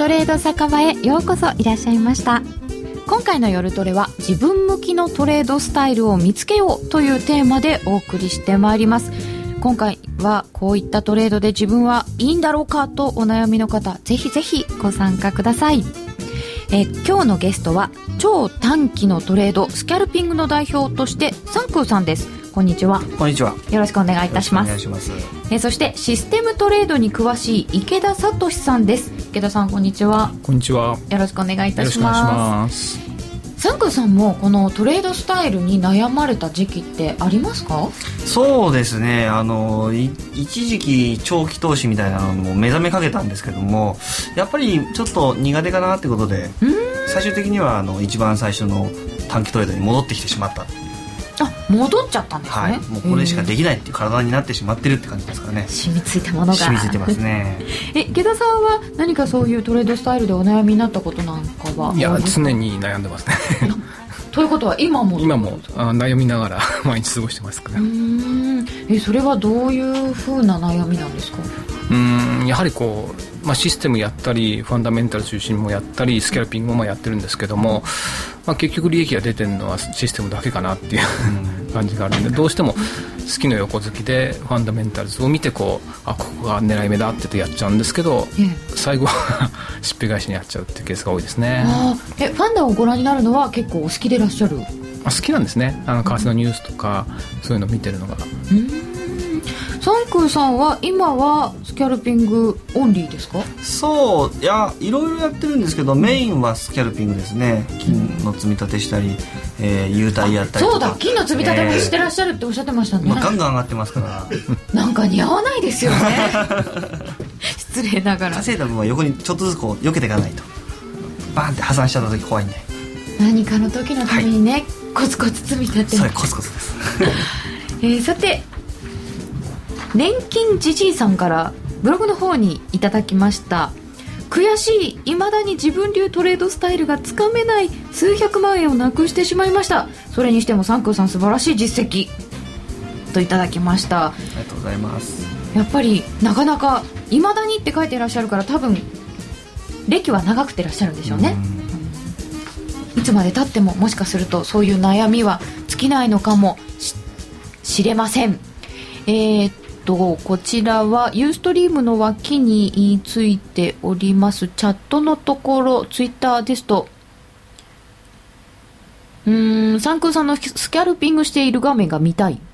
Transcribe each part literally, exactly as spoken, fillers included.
トレード酒場へようこそいらっしゃいました。今回の夜トレは自分向きのトレードスタイルを見つけようというテーマでお送りしてまいります。今回はこういったトレードで自分はいいんだろうかとお悩みの方、ぜひぜひご参加ください。え今日のゲストは超短期のトレードスキャルピングの代表としてサンクーさんです。こんにちは。 こんにちは。 よろしくお願いいたします。 お願いします。 えそしてシステムトレードに詳しい池田聡さんです。池田さん、こんにちは。 こんにちは。 よろしくお願いいたします。 よろしくお願いします。 サンクーさんもこのトレードスタイルに悩まれた時期ってありますか？ そうですね、あの一時期長期投資みたいなのも目覚めかけたんですけども、やっぱりちょっと苦手かなってことで、最終的にはあの一番最初の短期トレードに戻ってきてしまった。 あ、戻っちゃったんですね。はい、 もうこれしかできないっていう体になってしまってるって感じですからね。 染みついたものが染みついてますね。 え、池田さんは何かそういうトレードスタイルでお悩みになったことなんかは？ いや、常に悩んでますね。 ということは今も今もあ悩みながら毎日過ごしてますから。 うーん、えそれはどういう風な悩みなんですか？ うーんやはりこう、まあ、システムやったりファンダメンタル中心もやったりスキャルピングもやってるんですけども、まあ、結局利益が出てるのはシステムだけかなっていう感じがあるんで、どうしても好きの横好きでファンダメンタルズを見てこうあここが狙い目だって言ってやっちゃうんですけど、ええ、最後はしっぺ返しにやっちゃうっていうケースが多いですね。 あえファンダをご覧になるのは結構お好きでいらっしゃる？ あ好きなんですね。あの為替のニュースとかそういうのを見てるのが。 うーん、サンクーさんは今はスキャルピングオンリーですか？ そういやいろいろやってるんですけど、メインはスキャルピングですね。金の積み立てしたり、えー、優待やったりとか。 そうだ、金の積み立てもしてらっしゃるっておっしゃってましたね。 まあ、ガンガン上がってますからなんか似合わないですよね失礼ながら稼いだ分は横にちょっとずつこう避けていかないとバーンって破産しちゃった時怖いんで、 何かの時のためにね、はい、コツコツ積み立て。 それコツコツですえー、さて年金じじいさんからブログの方にいただきました。悔しい、未だに自分流トレードスタイルがつかめない数百万円をなくしてしまいました。それにしてもサンクーさん素晴らしい実績といただきました。 ありがとうございます。 やっぱりなかなか未だにって書いていらっしゃるから、多分歴は長くていらっしゃるんでしょうね。うん、いつまで経ってももしかするとそういう悩みは尽きないのかも し, しれません。えーとこちらはユーストリームの脇についておりますチャットのところ、ツイッターですと、うーんサンクーさんのスキャルピングしている画面が見たい。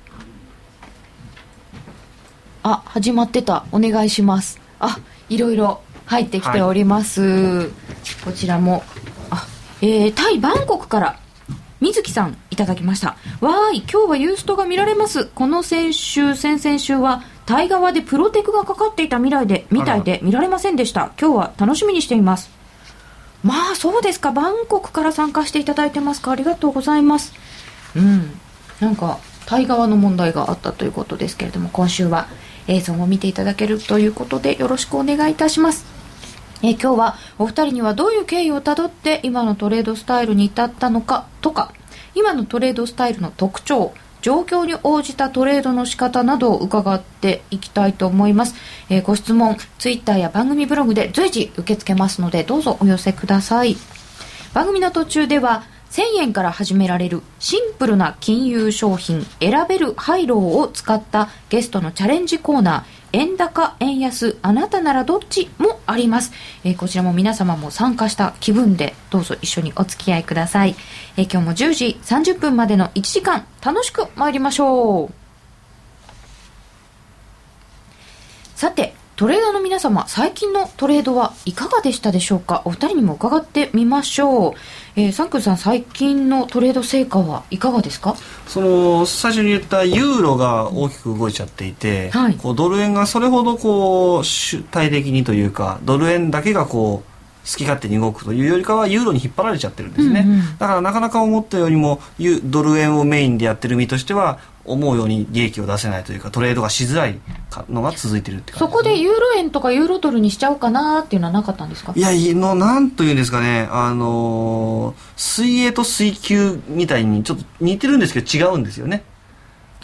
あ、始まってた、お願いします。あ、いろいろ入ってきております、はい、こちらもあ、えー、タイバンコクから水木さんいただきました。わーい、今日はユーストが見られます。この先週先々週はタイ側でプロテクがかかっていた未来でみたいで見られませんでした。今日は楽しみにしています。まあそうですか、バンコクから参加していただいてますか。ありがとうございます。うん、なんかタイ側の問題があったということですけれども、今週は映像も見ていただけるということでよろしくお願いいたします。え今日はお二人にはどういう経緯をたどって今のトレードスタイルに至ったのかとか、今のトレードスタイルの特徴、状況に応じたトレードの仕方などを伺っていきたいと思います。えー、ご質問ツイッターや番組ブログで随時受け付けますので、どうぞお寄せください。番組の途中ではせんえんから始められるシンプルな金融商品選べるハイローを使ったゲストのチャレンジコーナー、円高円安あなたならどっちもあります。えー、こちらも皆様も参加した気分でどうぞ一緒にお付き合いください。えー、今日もじゅうじさんじゅっぷんまでのいちじかん楽しく参りましょう。さてトレーダーの皆様、最近のトレードはいかがでしたでしょうか。お二人にも伺ってみましょう。えー、サンクーさん、最近のトレード成果はいかがですか。 その最初に言ったユーロが大きく動いちゃっていて、はい、こうドル円がそれほどこう主体的にというか、ドル円だけがこう好き勝手に動くというよりかはユーロに引っ張られちゃってるんですね。うんうん、だからなかなか思ったよりもドル円をメインでやってる身としては思うように利益を出せないというか、トレードがしづらいのが続いているって感じですね。 そこでユーロ円とかユーロドルにしちゃおうかなっていうのはなかったんですか。 いやのなんというんですかね、あのー、水泳と水球みたいにちょっと似てるんですけど違うんですよね。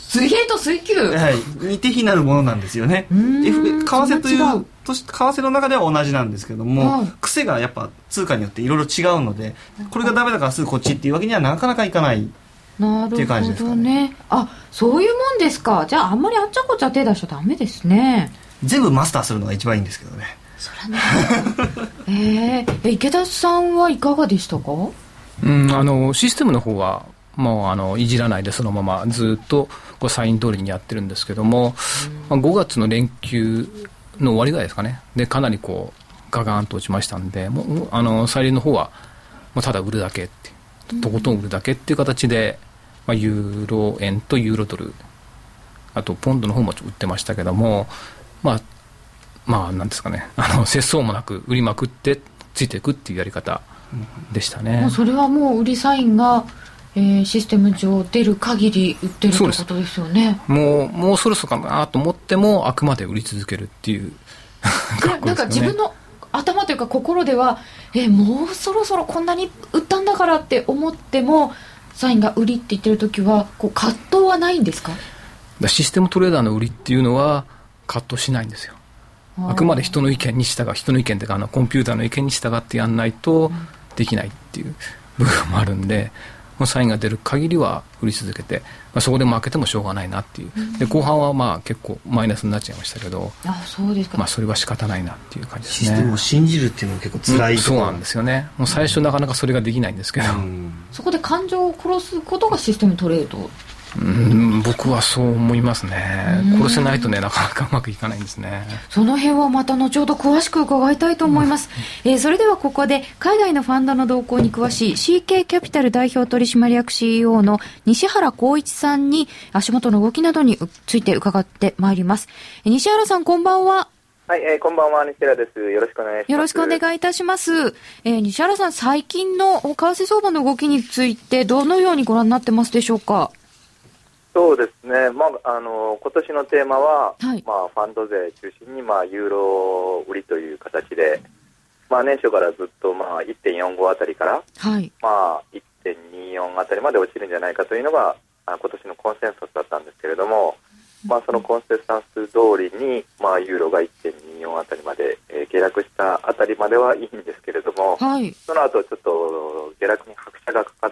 水平と水球、 はい、似て非なるものなんですよね。F 為替というと為替の中では同じなんですけども、はい、癖がやっぱ通貨によっていろいろ違うので、これがダメだからすぐこっちっていうわけにはなかなかいかないっていう感じですかね。 なるほどね。あ、そういうもんですか。じゃああんまりあっちゃこっちゃ手出しちゃダメですね。 全部マスターするのが一番いいんですけどね。 そらねえー、池田さんはいかがでしたか？ うん、あのシステムの方はもうあのいじらないでそのままずっとこうサイン通りにやってるんですけども、まあ、ごがつの連休の終わりぐらいですかねでかなりこうガガーンと落ちましたんで、もうあのサイリンの方はもうただ売るだけってとことん売るだけっていう形で、まあ、ユーロ円とユーロドルあとポンドの方も売ってましたけども、まあまあなんですかね、あの節操もなく売りまくってついていくっていうやり方でしたね。 もうそれはもう売りサインがえー、システム上出る限り売ってるってことですよね。 もうもうそろそろかなと思ってもあくまで売り続けるっていう格好ですよね。 なんか自分の頭というか心ではえー、もうそろそろこんなに売ったんだからって思ってもサインが売りって言ってる時はこう葛藤はないんですか？ だシステムトレーダーの売りっていうのは葛藤しないんですよ。あくまで人の意見に従う人の意見というかあのコンピューターの意見に従ってやんないとできないっていう部分もあるんで、もうサインが出る限りは売り続けて、まあ、そこで負けてもしょうがないなっていう、うん、で後半はまあ結構マイナスになっちゃいましたけど、 あ、そうですか。 まあ、それは仕方ないなっていう感じですね。 システムを信じるっていうのは結構辛いところ、 うん、そうなんですよね。もう最初なかなかそれができないんですけど、うん、 そこで感情を殺すことがシステムトレード。 うん、僕はそう思いますね。殺せないとねなかなかうまくいかないんですね。 その辺はまた後ほど詳しく伺いたいと思います、うんえー、それではここで海外のファンドの動向に詳しい シーケー キャピタル代表取締役 シーイーオー の西原光一さんに足元の動きなどについて伺ってまいります。西原さん、こんばんは。 はい、えー、こんばんは、西原です。よろしくお願いします。 よろしくお願いいたします。えー、西原さん、最近の為替相場の動きについてどのようにご覧になってますでしょうか？ そうですね、まあ、あの今年のテーマは、 はいまあ、ファンド税中心に、まあ、ユーロ売りという形で、まあ、年初からずっと、まあ、いってんよんご あたりから、 はいまあ、いってんによん あたりまで落ちるんじゃないかというのがあ今年のコンセンサスだったんですけれども、まあ、そのコンセンサス通りに、まあ、ユーロが いってんによん あたりまで、えー、下落したあたりまではいいんですけれども、 はい、 その後ちょっと下落に拍車がかかって、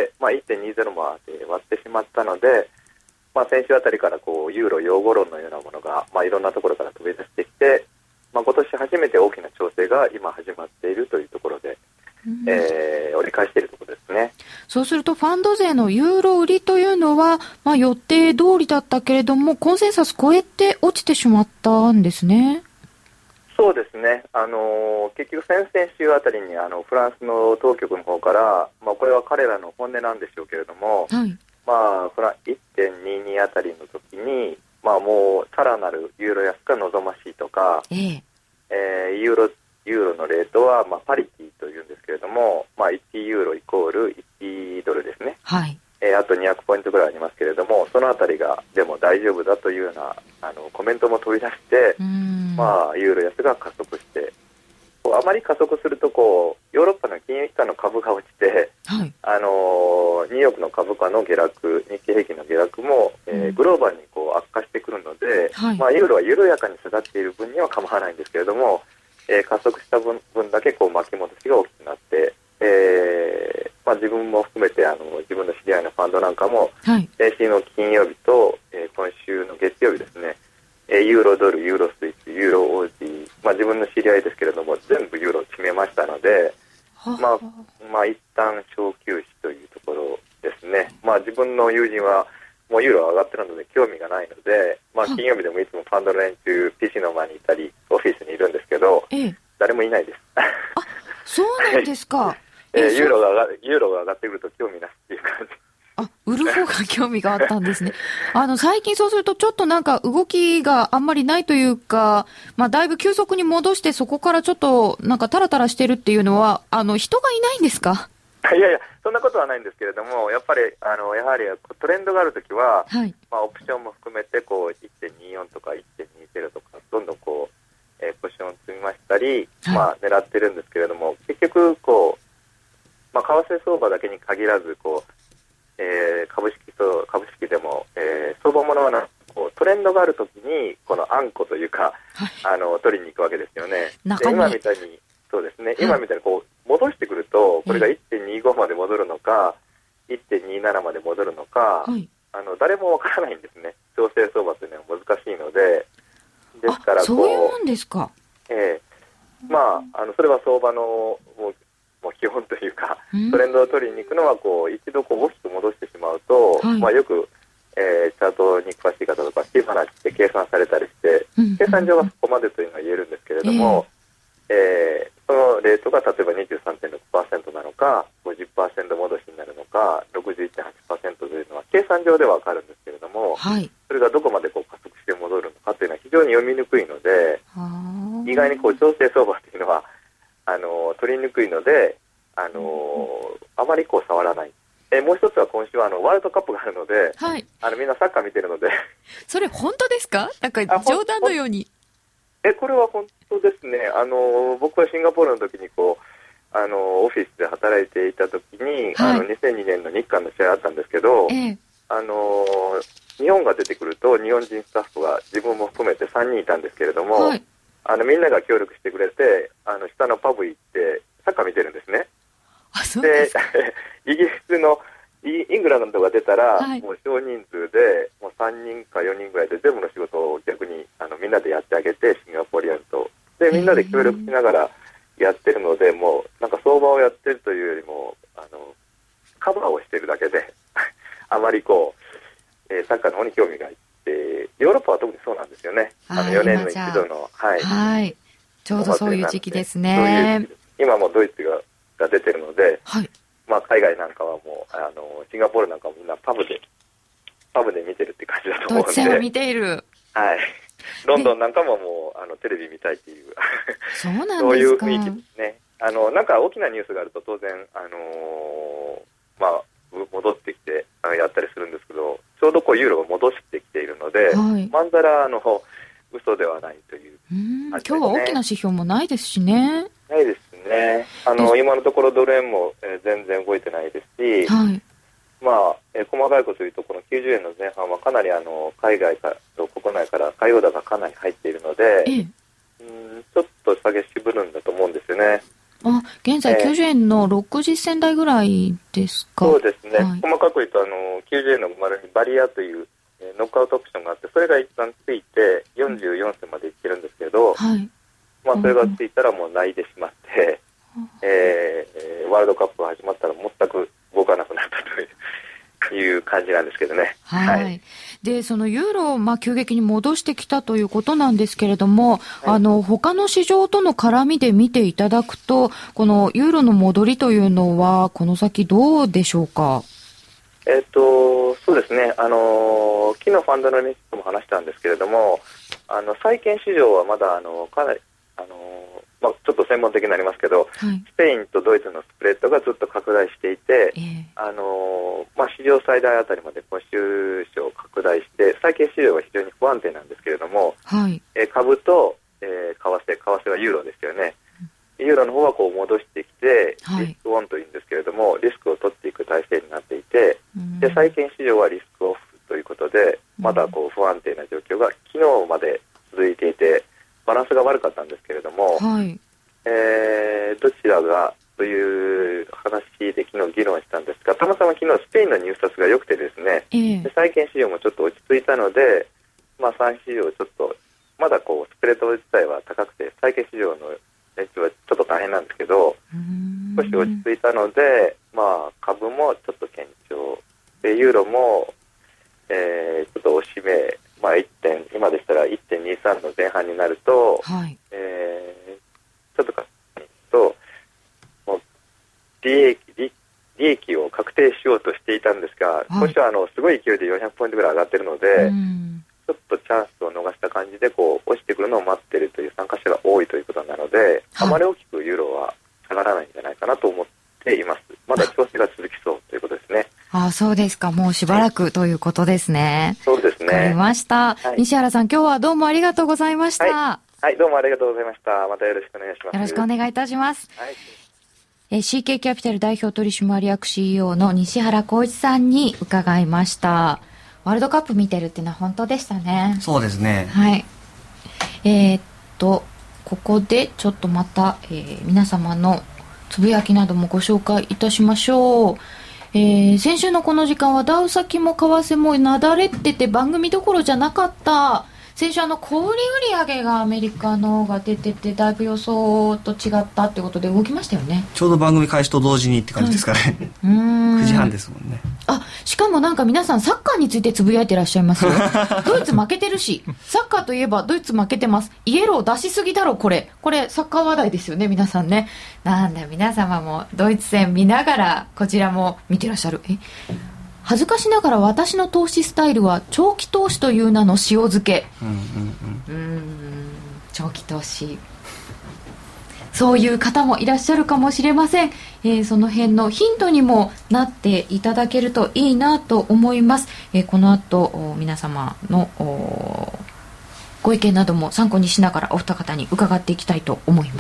まあ、いってんにじゅう まで割ってしまったので、まあ、先週あたりからこうユーロ用語論のようなものが、まあ、いろんなところから飛び出してきて、まあ、今年初めて大きな調整が今始まっているというところで、うんえー、折り返しているところですね。 そうするとファンド税のユーロ売りというのは、まあ、予定通りだったけれどもコンセンサス超えて落ちてしまったんですね。 そうですね、あのー、結局先々週あたりにあのフランスの当局の方から、まあ、これは彼らの本音なんでしょうけれども、 はいまあ、フラン いってんにに あたりの時に、まあ、もうさらなるユーロ安が望ましいとか、 えええー、ユーロ、ユーロのレートは、まあ、パリティというんですけれども、まあ、いちユーロイコールいちドルですね、 はいえー、あとにひゃくポイントぐらいありますけれども、そのあたりがでも大丈夫だというようなあのコメントも飛び出して、まあ、ユーロ安が加速してあまり加速するとこうヨーロッパの金融機関の株が落ちて、 はい、 あのー、ニューヨークの株価の下落、日経平均の下落も、えー、グローバルにこう悪化してくるので、 はいまあ、ユーロは緩やかに下がっている分には構わないんですけれども、えー、加速した 分, 分だけこう巻き戻しが大きくなって、えーまあ、自分も含めてあの自分の知り合いのファンドなんかも、 はい、 先週の金曜日と、えー、今週の月曜日ですね、ユーロドル、ユーロスイス、ユーロオージー、まあ、自分の知り合いですけれども全部ユーロを決めましたので、まあまあ、一旦小休止というところですね。まあ、自分の友人はもうユーロ上がってるので興味がないので、まあ、金曜日でもいつもファンドの連中 ピーシー の前にいたりオフィスにいるんですけど、 ええ、 誰もいないです。 あ、そうなんですか。 えー、ユーロが上がユーロが上がってくると興味なしっていう感じ。 あ、売る方が興味があったんですね。あの、最近そうするとちょっとなんか動きがあんまりないというか、まあ、だいぶ急速に戻してそこからちょっとなんかタラタラしてるっていうのは、あの、人がいないんですか？ いやいや、そんなことはないんですけれども、やっぱり、あの、やはりトレンドがあるときは、 はい、 まあ、オプションも含めて、こう、いってんによん とか いってんにじゅう とか、どんどんこう、えー、ポジションを積みましたり、はい、まあ、狙ってるんですけれども、結局、こう、まあ、為替相場だけに限らず、こう、 えー、株式と株式でも、えー、相場ものはなこうトレンドがあるときにこのあんこというか、はい、あの取りに行くわけですよね。で今みたいにそうですね、はい、今みたいにこう戻してくるとこれが いってんにご まで戻るのか、いってんになな まで戻るのか、はい、あの誰もわからないんですね。調整相場というのは難しいので、ですからこうそういうもんですか。 えー、まああのそれは相場のもうもう基本というか、トレンドを取りに行くのはこう一度こう大きく戻してしまうと、はい、まあよく、えー、チャートに詳しい方とかキーファナッチで計算されたりして、うん、計算上はそこまでというのは言えるんですけれども、えーえー、そのレートが例えば にじゅうさんてんろくパーセント なのか ごじゅっパーセント 戻しになるのか ろくじゅういってんはちパーセント というのは計算上ではわかるんですけれども、はい、それがどこまでこう加速して戻るのかというのは非常に読みにくいので、意外にこう調整相場というのはあの取りにくいので、あのー、あまりこう触らない。えもう一つは今週はあのワールドカップがあるので、はい、あのみんなサッカー見てるのでそれ本当ですか？なんか冗談のように。 えこれは本当ですね。あのー、僕はシンガポールの時にこう、あのー、オフィスで働いていた時に、はい、あのにせんにねんの日韓の試合あったんですけど、ええ、あのー、日本が出てくると日本人スタッフが自分も含めてさんにんいたんですけれども、はい、あのみんなが協力してくれてあの下のパブ行ってサッカー見てるんですね。 あそうですか。 でイギリスのイングランドが出たら、はい、もう少人数でもうさんにんかよにんぐらいで全部の仕事を逆にあのみんなでやってあげて、シンガポリアンとでみんなで協力しながらやってるので、もうなんか相場をやってるというよりもあのカバーをしてるだけであまりこう、えー、サッカーの方に興味がいってヨーロッパは特にそうなんですよね。あのよねんの一度の、はいはい、ちょうどそういう時期ですね。 そういう今もドイツがが出てるので、はい、まあ、海外なんかはもうあのシンガポールなんかもみんなパブでパブで見てるって感じだと思うんで、 どっちも見ている。 はい。ロンドンなんかももうあのテレビ見たいっていうそうなんですか。 そういう雰囲気ですね。あのなんか大きなニュースがあると当然あのー、まあ戻ってきてやったりするんですけど、ちょうどこうユーロが戻してきているので、はい、まんざらの嘘ではないという感じですね。 今日は大きな指標もないですしね。 ないですね。あの今のところドル円も、えー、全然動いてないですし、はい、まあ、えー、細かいこと言うとこのきゅうじゅうえんの前半はかなりあの海外からと国内から買いオーダーがかなり入っているので、ええ、うんちょっと下げ渋るんだと思うんですよね。 あ、現在きゅうじゅうえんのろくじゅっせん台ぐらいですか。 そうですね、はい、細かく言うとあのきゅうじゅうえんの丸にバリアという、えー、ノックアウトオプションがあって、それが一旦ついてよんじゅうよんせんまでいってるんですけど、はい、まあ、それがついたらもう泣いてしまって、えー、ワールドカップが始まったら全く動かなくなったといういう感じなんですけどね。 はい。はい、で、そのユーロをまあ急激に戻してきたということなんですけれども、はい、あの他の市場との絡みで見ていただくと、このユーロの戻りというのはこの先どうでしょうか。 えっとそうですね。あの昨日ファンドのニュースとも話したんですけれども、あの債券市場はまだあのかなりあのまあ、ちょっと専門的になりますけど、はい、スペインとドイツのスプレッドがずっと拡大していて、えーあのまあ、史上最大あたりまで今週小拡大して債券市場は非常に不安定なんですけれども、はい、えー、株と、えー、為替為替はユーロですよね、うん、ユーロの方はこう戻してきて、はい、リスクオンというんですけれどもリスクを取っていく体制になっていて、うん、で債券市場はリスクオフということでまだこう不安定な状況が昨日まで続いていてバランスが悪かったんですけれども、はい、えー、どちらがという話で昨日議論したんですが、たまたま昨日スペインの入札が良くてですね、えー、で債券市場もちょっと落ち着いたので、まあ、債市場ちょっとまだこうスプレッド自体は高くて債券市場の熱はちょっと大変なんですけど、少し落ち着いたので、まあ、株もちょっと堅調でユーロも、えー、ちょっと押し目、まあ、いってん今でしたら いってんにさん の前半になると、はい、えー、ちょっとかともう利益、利、利益を確定しようとしていたんですが、はい、今週はあのすごい勢いでよんひゃくポイントぐらい上がっているので、ちょっとチャンスを逃した感じでこう落ちてくるのを待っているという参加者が多いということなので、はい、あまり大きくユーロは下がらないんじゃないかなと思っています。まだ調整が続きそうということですね。 ああ、そうですか。もうしばらく、はい、ということですね。 そうですね。 わかりました、はい、西原さん、今日はどうもありがとうございました。 はい、はい、どうもありがとうございました。またよろしくお願いします。 よろしくお願いいたします。はい、 えー、シーケー キャピタル代表取締役 シーイーオー の西原浩一さんに伺いました。ワールドカップ見てるっていうのは本当でしたね。 そうですね。 はい。えー、っとここでちょっとまた、えー、皆様のつぶやきなどもご紹介いたしましょう。えー、先週のこの時間はダウ先も為替もなだれってて番組どころじゃなかった。先週あの小売売上がアメリカのが出ててだいぶ予想と違ったってことで動きましたよね。 ちょうど番組開始と同時にって感じですかね、うん、うーんくじはんですもんね。 あ、しかもなんか皆さんサッカーについてつぶやいてらっしゃいますよドイツ負けてるし、サッカーといえばドイツ負けてます。イエロー出しすぎだろこれこれサッカー話題ですよね皆さんね。なんだ皆様もドイツ戦見ながらこちらも見てらっしゃる。え恥ずかしながら私の投資スタイルは長期投資という名の塩漬け。うんうんうん、うーん長期投資そういう方もいらっしゃるかもしれません、えー、その辺のヒントにもなっていただけるといいなと思います、えー、この後皆様のご意見なども参考にしながらお二方に伺っていきたいと思います。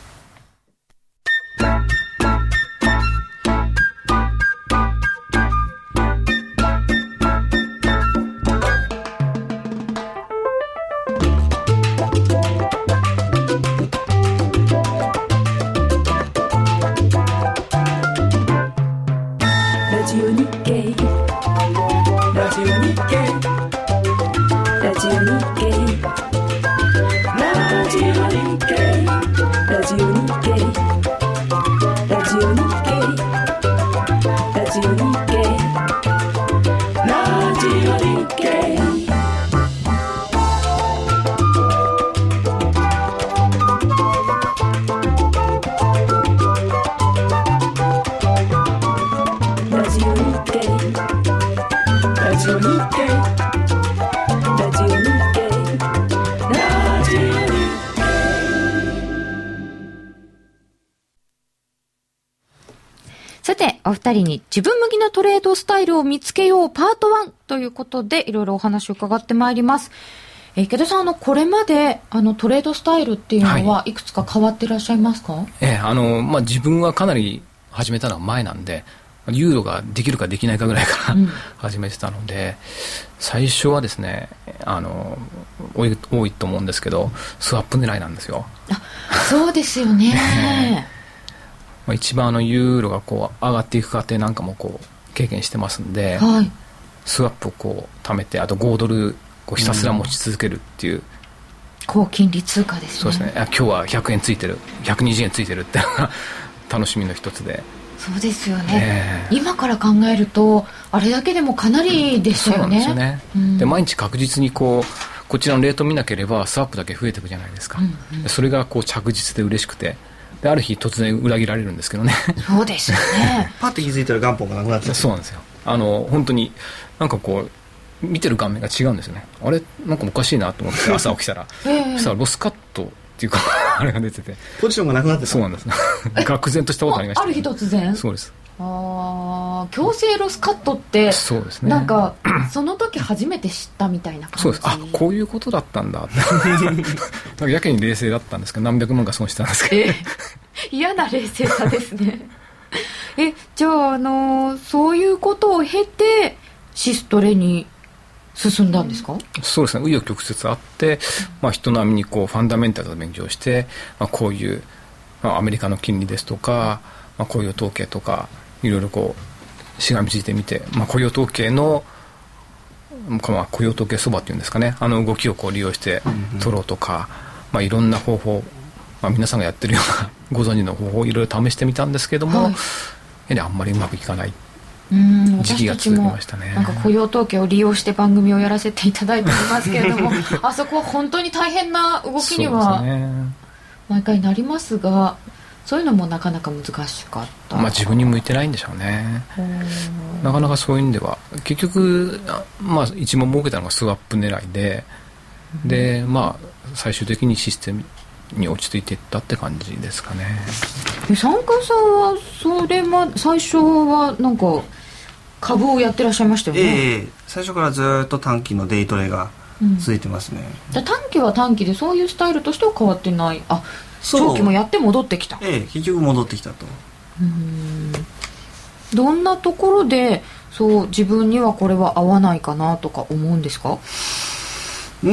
お二人に自分向きのトレードスタイルを見つけようパートワンということでいろいろお話を伺ってまいります。えー、池田さんあのこれまであのトレードスタイルっていうのはいくつか変わっていらっしゃいますか？はい、 えーあのまあ、自分はかなり始めたのは前なんでユーロができるかできないかぐらいから、うん、始めてたので最初はですねあの多い、多いと思うんですけどスワップ狙いなんですよ。 あそうですよねまあ、一番あのユーロがこう上がっていく過程なんかもこう経験してますんで、はい、スワップをこう貯めてあとごドルこうひたすら持ち続けるっていう、うん、 高金利通貨ですね。 そうですね。今日はひゃくえんついてるひゃくにじゅうえんついてるって楽しみの一つで。 そうですよね、えー、今から考えるとあれだけでもかなりでしたよね。 そうなんですよね、うん、で毎日確実にこうこちらのレート見なければスワップだけ増えていくじゃないですか、うんうん、それがこう着実で嬉しくてである日突然裏切られるんですけどね。 そうですよねパッと気づいたら元本がなくなってた。 そうなんですよ。あの本当になんかこう見てる画面が違うんですよね。あれなんかおかしいなと思って朝起きたらそしたらロスカットっていうかあれが出ててポジションがなくなってた。 そうなんです愕然としたことありました、 ね、ある日突然。 そうです。 あ強制ロスカットってそうですね。 なんかその時初めて知ったみたいな感じ。 そうです。あこういうことだったんだなんかやけに冷静だったんですけど何百万か損したんですけど、 え嫌な冷静さですねえじゃあ、あのー、そういうことを経てシストレに進んだんですか？ そうですね。紆余曲折あって、まあ、人並みにこうファンダメンタルを勉強して、まあ、こういう、まあ、アメリカの金利ですとか、まあ、雇用統計とかいろいろこうしがみついてみて、まあ、雇用統計の、まあ、雇用統計そばっていうんですかねあの動きをこう利用して取ろうとか、うんうんまあ、いろんな方法、まあ、皆さんがやってるようなご存知の方法をいろいろ試してみたんですけども、はい、やはりあんまりうまくいかない時期が続きましたね。 なんか雇用統計を利用して番組をやらせていただいておりますけれどもあそこは本当に大変な動きには毎回なりますがそういうのもなかなか難しかった。 まあ自分に向いてないんでしょうね。なかなかそういう意味では結局、まあ、一番儲けたのがスワップ狙いで、うん、でまあ最終的にシステムに落ち着いていったって感じですかね。 参加さんはそれも最初はなんか株をやってらっしゃいましたよね。 ええ、最初からずっと短期のデイトレが続いてますね、 うん、じゃ短期は短期でそういうスタイルとしては変わってない。あ長期もやって戻ってきた。 ええ結局戻ってきたと。 うーん、どんなところでそう自分にはこれは合わないかなとか思うんですか？ うー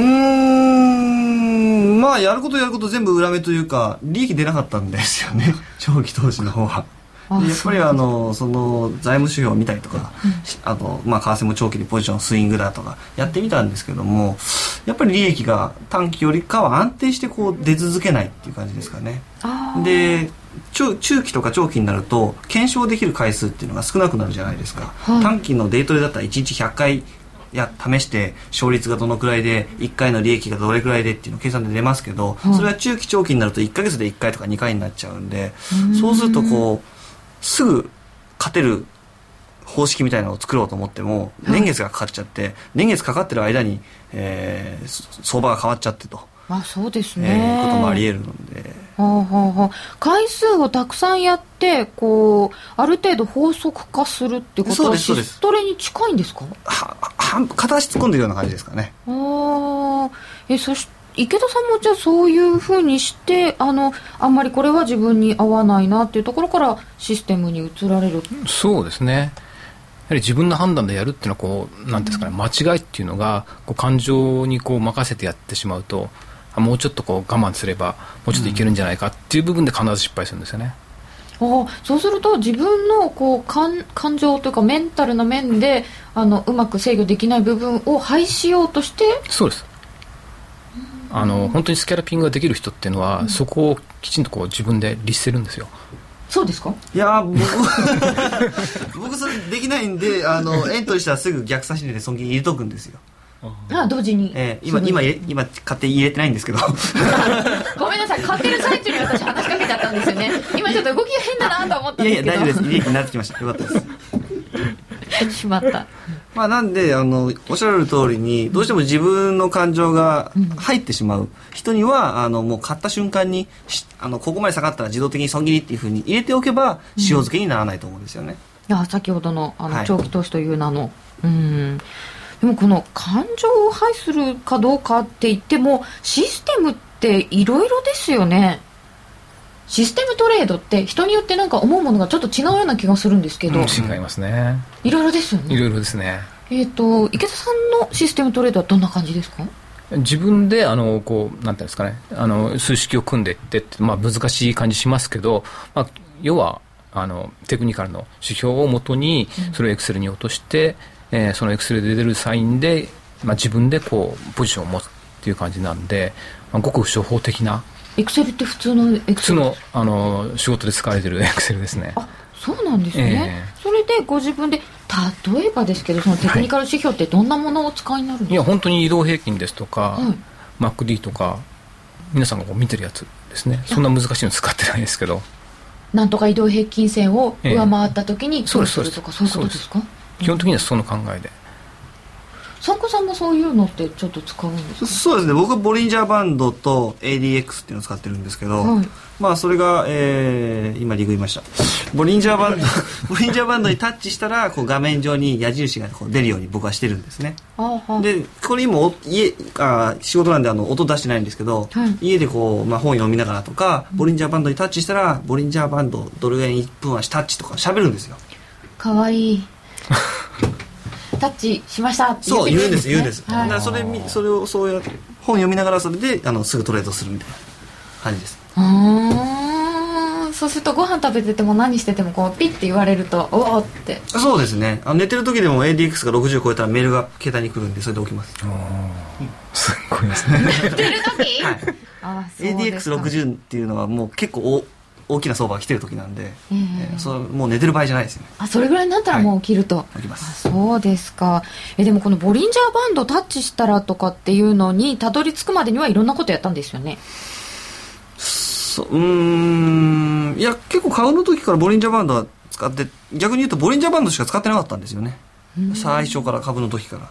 ん、まあやることやること全部裏目というか利益出なかったんですよね長期投資の方は。やっぱりあのその財務指標を見たりとか、うん、あとまあ為替も長期でポジションスイングだとかやってみたんですけども、やっぱり利益が短期よりかは安定してこう出続けないっていう感じですかね。で中, 中期とか長期になると検証できる回数っていうのが少なくなるじゃないですか、はい、短期のデイトレだったらいちにちひゃっかいや試して勝率がどのくらいでいっかいの利益がどれくらいでっていうのを計算で出ますけど、はい、それは中期長期になるといっかげつでいっかいとかにかいになっちゃうんで、うそうするとこうすぐ勝てる方式みたいなのを作ろうと思っても年月がかかっちゃって、はい、年月かかってる間に、えー、相場が変わっちゃってと、 あ、そうですね、 えー、こともあり得るので、 はあはあはあ、回数をたくさんやってこうある程度法則化するってことはシストレに近いんですか？ はは片足突っ込んでるような感じですかね。 あえそして池田さんもじゃあそういうふうにしてあのあんまりこれは自分に合わないなっていうところからシステムに移られる。 そうですね、やはり自分の判断でやるっていうのはこうなんですかね、間違いっていうのがこう感情にこう任せてやってしまうと、あもうちょっとこう我慢すればもうちょっといけるんじゃないかっていう部分で必ず失敗するんですよね。 あそうすると自分のこう 感, 感情というかメンタルな面であのうまく制御できない部分を排しようとして。 そうです。あの本当にスキャルピングができる人っていうのは、うん、そこをきちんとこう自分で律せるんですよ。 そうですか？ いや僕僕それできないんであのエントリーしたらすぐ逆差し値で損切り入れとくんですよ。 あ同時に、 えー、今今今買って入れてないんですけどごめんなさい、買ってる最中に私話しかけちゃったんですよね。今ちょっと動きが変だなと思ったんですけど。 いやいや大丈夫です、利益になってきました。よかったですしまった。 まあ、なんであのおっしゃられる通りにどうしても自分の感情が入ってしまう人にはあのもう買った瞬間にあのここまで下がったら自動的に損切りっていう風に入れておけば塩漬けにならないと思うんですよね、 うん、いや先ほど の, あの長期投資という名の、はい、うんでもこの感情を排するかどうかって言ってもシステムっていろいろですよね。システムトレードって人によってなんか思うものがちょっと違うような気がするんですけど、うん、 違いますね。 いろいろですよね。 いろいろですね。 えーと、池田さんのシステムトレードはどんな感じですか？ 自分であのこうなんていうんですかね、あの数式を組んでいってって、まあ、難しい感じしますけど、まあ、要はあのテクニカルの指標をもとにそれをエクセルに落として、うんえー、そのエクセルで出るサインで、まあ、自分でこうポジションを持つっていう感じなんで、まあ、ごく初歩的なエクセルって普通のエクセル？ 普通の、あの仕事で使われてるエクセルですね。 あ、そうなんですね、えー、それでご自分で例えばですけどそのテクニカル指標ってどんなものをお使いになるんですか？ いや本当に移動平均ですとか、はい、マックディー とか皆さんがこう見てるやつですね。そんな難しいの使ってないですけど、 なんとか移動平均線を上回った時にどうするとか、えー、そういうことですか？ 基本的にはその考えで。 参加さんもそういうのってちょっと使うんですか？ そうですね、僕はボリンジャーバンドと エーディーエックス っていうのを使ってるんですけど、はい、まあそれが、えー、今リグいました。ボリンジャーバンドボリンジャーバンドにタッチしたらこう画面上に矢印がこう出るように僕はしてるんですね。でこれ今家あ仕事なんであの音出してないんですけど、はい、家でこう、まあ、本読みながらとかボリンジャーバンドにタッチしたらボリンジャーバンドドル円いっぷん足タッチとか喋るんですよ。 かわいいタッチしましたって言ってくるんですね。 そう言うんです言うんです、はい、だからそれそれをそうやって本読みながらそれであのすぐトレードするみたいな感じです。 あー、そうするとご飯食べてても何しててもこうピッて言われるとおおって。 そうですね、あの寝てる時でも エーディーエックス がろくじゅう超えたらメールが携帯に来るんでそれで起きます。 あ、うん、すごいですね寝てる時、はい、 あそうですか。 エーディーエックスろくじゅう っていうのはもう結構お大きな相場が来てる時なんで、えーえー、そもう寝てる場合じゃないですよね。 あ、それぐらいになったらもう起きると、はい、 起きます。 あ、そうですか。えでもこのボリンジャーバンドタッチしたらとかっていうのにたどり着くまでにはいろんなことやったんですよね。 そうーんいや結構買うの時からボリンジャーバンドは使って、逆に言うとボリンジャーバンドしか使ってなかったんですよね、最初から株の時から。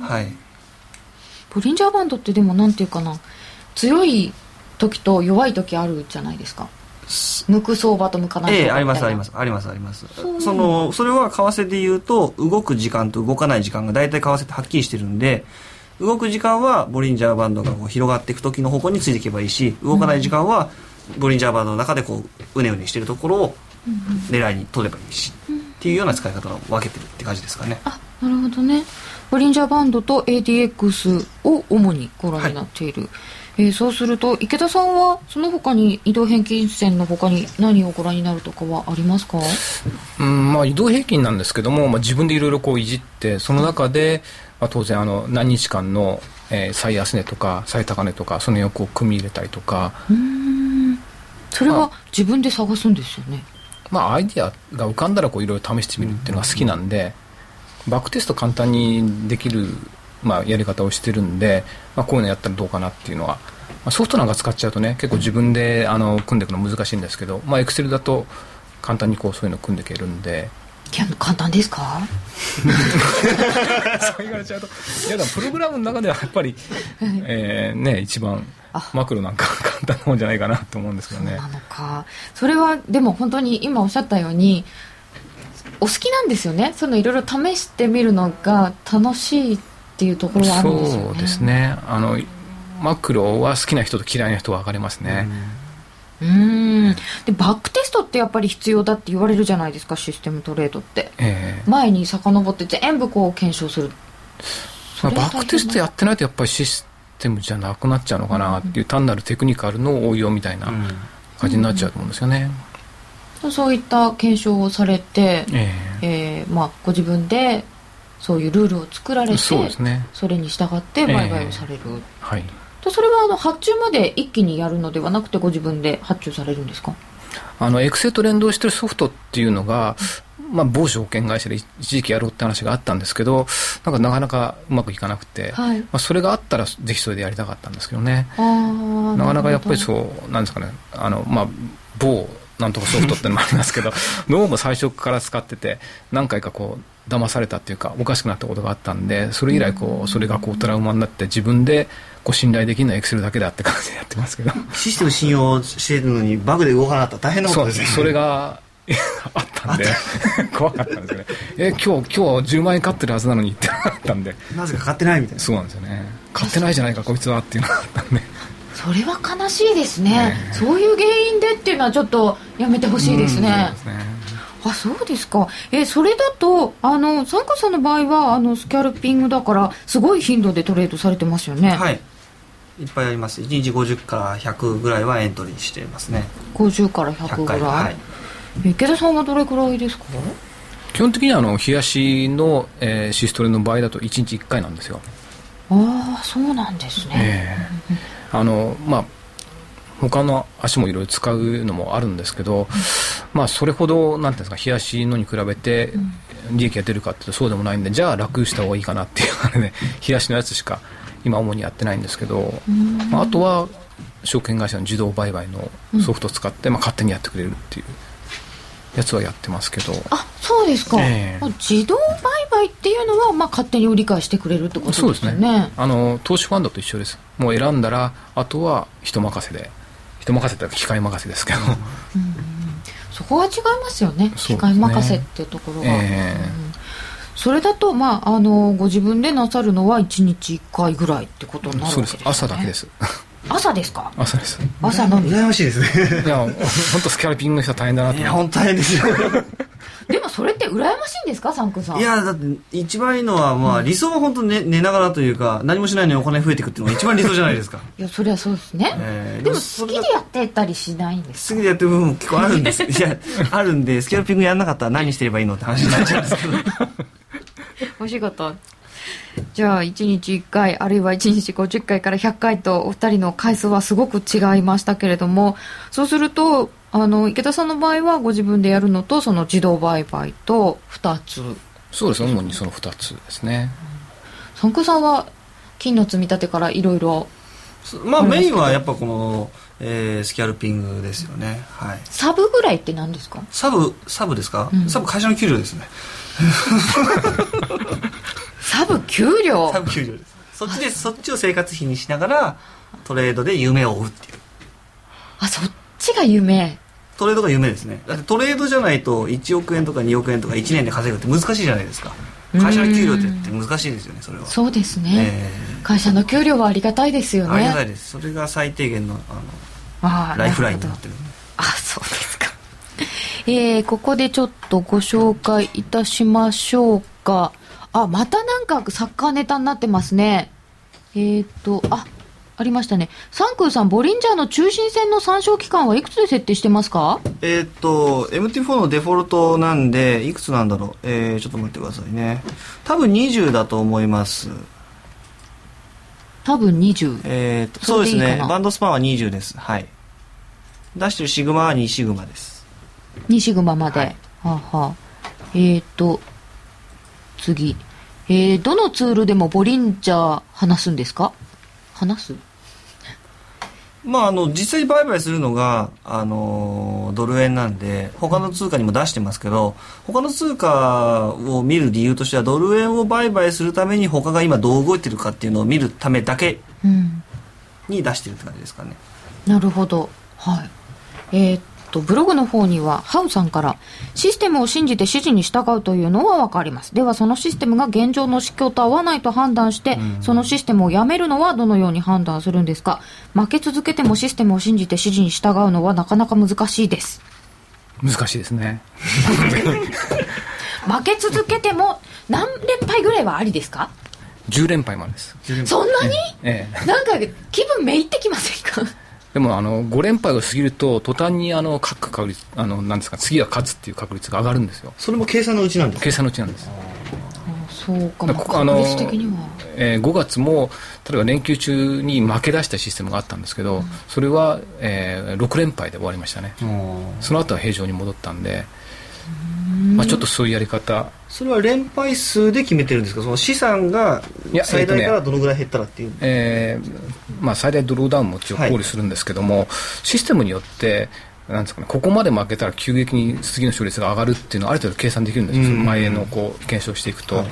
はい。 ボリンジャーバンドってでもなんていうかな、強い時と弱い時あるじゃないですか。向く相場と向かない相場みたいな。ええ、ありますありますありますあります。そのそれは為替でいうと動く時間と動かない時間が大体為替ってはっきりしてるんで、動く時間はボリンジャーバンドがこう広がっていく時の方向についていけばいいし、動かない時間はボリンジャーバンドの中でこううねうねしてるところを狙いに取ればいいし、うん、っていうような使い方を分けてるって感じですかね。 あ、なるほどね。ボリンジャーバンドと エーディーエックス を主にご覧になっている、はい、えー、そうすると池田さんはその他に移動平均線の他に何をご覧になるとかはありますか？ うん、まあ、移動平均なんですけども、まあ、自分でいろいろこういじってその中で、まあ、当然あの何日間の、えー、最安値とか最高値とかその横を組み入れたりとか。 うーん、それは自分で探すんですよね。 まあ、アイディアが浮かんだらこういろいろ試してみるっていうのが好きなんで、バックテスト簡単にできる、まあ、やり方をしてるんで、まあ、こういうのやったらどうかなっていうのは、まあ、ソフトなんか使っちゃうとね結構自分であの組んでいくの難しいんですけど、まあ、Excel だと簡単にこうそういうの組んでいけるんで。 いや簡単ですか？ そう言われちゃうといやだプログラムの中ではやっぱり、えーね、一番マクロなんか簡単なもんじゃないかなと思うんですけどね。 そうなのか。それはでも本当に今おっしゃったようにお好きなんですよね。そのいろいろ試してみるのが楽しいっていうところはあるんですよね。 そうですね。あのマクロは好きな人と嫌いな人は分かれますね。 うーん、でバックテストってやっぱり必要だって言われるじゃないですか、システムトレードって、えー、前に遡って全部こう検証する。 バックテストやってないとやっぱりシステムじゃなくなっちゃうのかなっていう、単なるテクニカルの応用みたいな感じになっちゃうと思うんですよね。 うん、そういった検証をされて、えーえーまあ、ご自分でそういうルールを作られて、 そうですね、それに従って売買をされる、えーはい、それはあの発注まで一気にやるのではなくてご自分で発注されるんですか？ あのエクセルと連動してるソフトっていうのが、まあ、某証券会社で一時期やろうって話があったんですけど、なんかなかなかうまくいかなくて、はい、まあ、それがあったらぜひそれでやりたかったんですけどね。あなかなかやっぱりそうなんですかね、あの、まあ、某なんとかソフトってのもありますけどどうも最初から使ってて何回かこう騙されたっていうかおかしくなったことがあったんで、それ以来こうそれがこうトラウマになって自分でこう信頼できるのはエクセルだけだって感じでやってますけどシステム信用してるのにバグで動かなかったら大変なことですね。 そうです、それがあったんで怖かったんですよね。え今日今日じゅうまんえん買ってるはずなのにってなったんで、 なぜか買ってないみたいな。 そうなんですよね、買ってないじゃないかこいつはっていうのがあったんで、 それは悲しいですね、ね、そういう原因でっていうのはちょっとやめてほしいですね。そうですね。あ、そうですか。えそれだとあのサンカさんの場合はあのスキャルピングだからすごい頻度でトレードされてますよね。 はい、いっぱいあります。いちにちごじゅうからひゃくぐらいはエントリーしていますね。 ごじゅうからひゃくぐらい、はい、池田さんはどれくらいですか？ 基本的にはあの日足の、えー、シストレの場合だといちにちいっかいなんですよ。 ああ、そうなんですね、 えー、あのまあ他の足もいろいろ使うのもあるんですけど、うん、まあそれほどなんていうんですか、日足のに比べて利益が出るかっていうとそうでもないんで、じゃあ楽した方がいいかなっていうあれで日足のやつしか今主にやってないんですけど、まあ、あとは証券会社の自動売買のソフトを使って、まあ、勝手にやってくれるっていうやつはやってますけど。 あ、そうですか、えー、自動売買っていうのは、まあ、勝手に売り買いしてくれるってことですよね。そうですね、 あの投資ファンドと一緒です。もう選んだらあとは人任せで、人任せって機械任せですけど、うんうん、 そこは違いますよ ね, ね機械任せっていうところが、えーうん、それだと、まあ、あのご自分でなさるのはいちにちいっかいぐらいってことになるわけですよね。 そうです、朝だけです。 朝ですか？ 朝です。 朝のみ。羨ましいですね。 いや本当スキャルピングの人は大変だなと。 いや本当大変ですよ。 でもそれって羨ましいんですか、サンクさん？ いやだって一番いいのは、まあ、理想は本当に 寝, 寝ながらというか何もしないのにお金増えていくっていうのが一番理想じゃないですか。 いやそれはそうですね、えー、でも好きでやってたりしないんですか？ 好きでやってる部分も結構あるんですいやあるんで、スキャルピングやんなかったら何してればいいのって話になっちゃうんですけど惜しかった。じゃあいちにちいっかいあるいはいちにちごじゅっかいからひゃっかいとお二人の回数はすごく違いましたけれども、そうするとあの池田さんの場合はご自分でやるのとその自動売買とふたつ。 そうですね、主にそのふたつですね。 サンクさんは金の積み立てからいろいろ、 まあメインはやっぱこの、えー、スキャルピングですよね、はい、 サブぐらいって何ですか？ サブサブですか、うん、サブ会社の給料ですねサブ給料サブ給料です。そっちでそっちを生活費にしながらトレードで夢を追うっていう。 あ、そっちが夢。 トレードが夢ですね。だってトレードじゃないといちおくえんとかにおくえんとかいちねんで稼ぐって難しいじゃないですか。会社の給料って難しいですよね。それはそうですね、えー、会社の給料はありがたいですよね。 ありがたいです。それが最低限の、あのあライフラインになってる。 あ、そうですか。 えー、ここでちょっとご紹介いたしましょうか。あ、またなんかサッカーネタになってますね。えーと、あ、ありましたね。サンクーさん、ボリンジャーの中心線の参照期間はいくつで設定してますか？ えーっと エムティーフォー のデフォルトなんでいくつなんだろう、えー、ちょっと待ってくださいね。多分にじゅうだと思います。 多分にじゅう。 えー、とそうですね。バンドスパンはにじゅうです。はい。出してるシグマはにシグマです。 にシグマまで。はい、はあはあ、えーと次、えー、どのツールでもボリンジャー話すんですか？話す？ まあ、あの実際に売買するのが、あのー、ドル円なんで他の通貨にも出してますけど、他の通貨を見る理由としてはドル円を売買するために他が今どう動いてるかっていうのを見るためだけに出してるって感じですかね、 うん、なるほど。はい。えー、っとブログの方にはハウさんから、システムを信じて指示に従うというのは分かります。ではそのシステムが現状の指標と合わないと判断して、うん、そのシステムをやめるのはどのように判断するんですか？負け続けてもシステムを信じて指示に従うのはなかなか難しいです。 難しいですね負け続けても何連敗ぐらいはありですか？ じゅう連敗までです。 そんなに、 ええ、 なんか気分めいってきませんか？ でもあのご連敗を過ぎると途端にあの勝つ確率、あのなんですか、次は勝つっていう確率が上がるんですよ。 それも計算のうちなんですか？ 計算のうちなんです。 あ、そうか。 確率的には、えー、ごがつも例えば連休中に負け出したシステムがあったんですけど、うん、それは、えー、ろく連敗で終わりましたね。その後は平常に戻ったんで、まあ、ちょっとそういうやり方。 それは連敗数で決めてるんですか？その資産が最大からどのぐらい減ったらっていう、 えーまあ、最大ドローダウンも一応考慮するんですけども、はい、システムによってなんですかね、ここまで負けたら急激に次の勝率が上がるっていうのはある程度計算できるんですよ、うん、前のこう検証していくと、はい、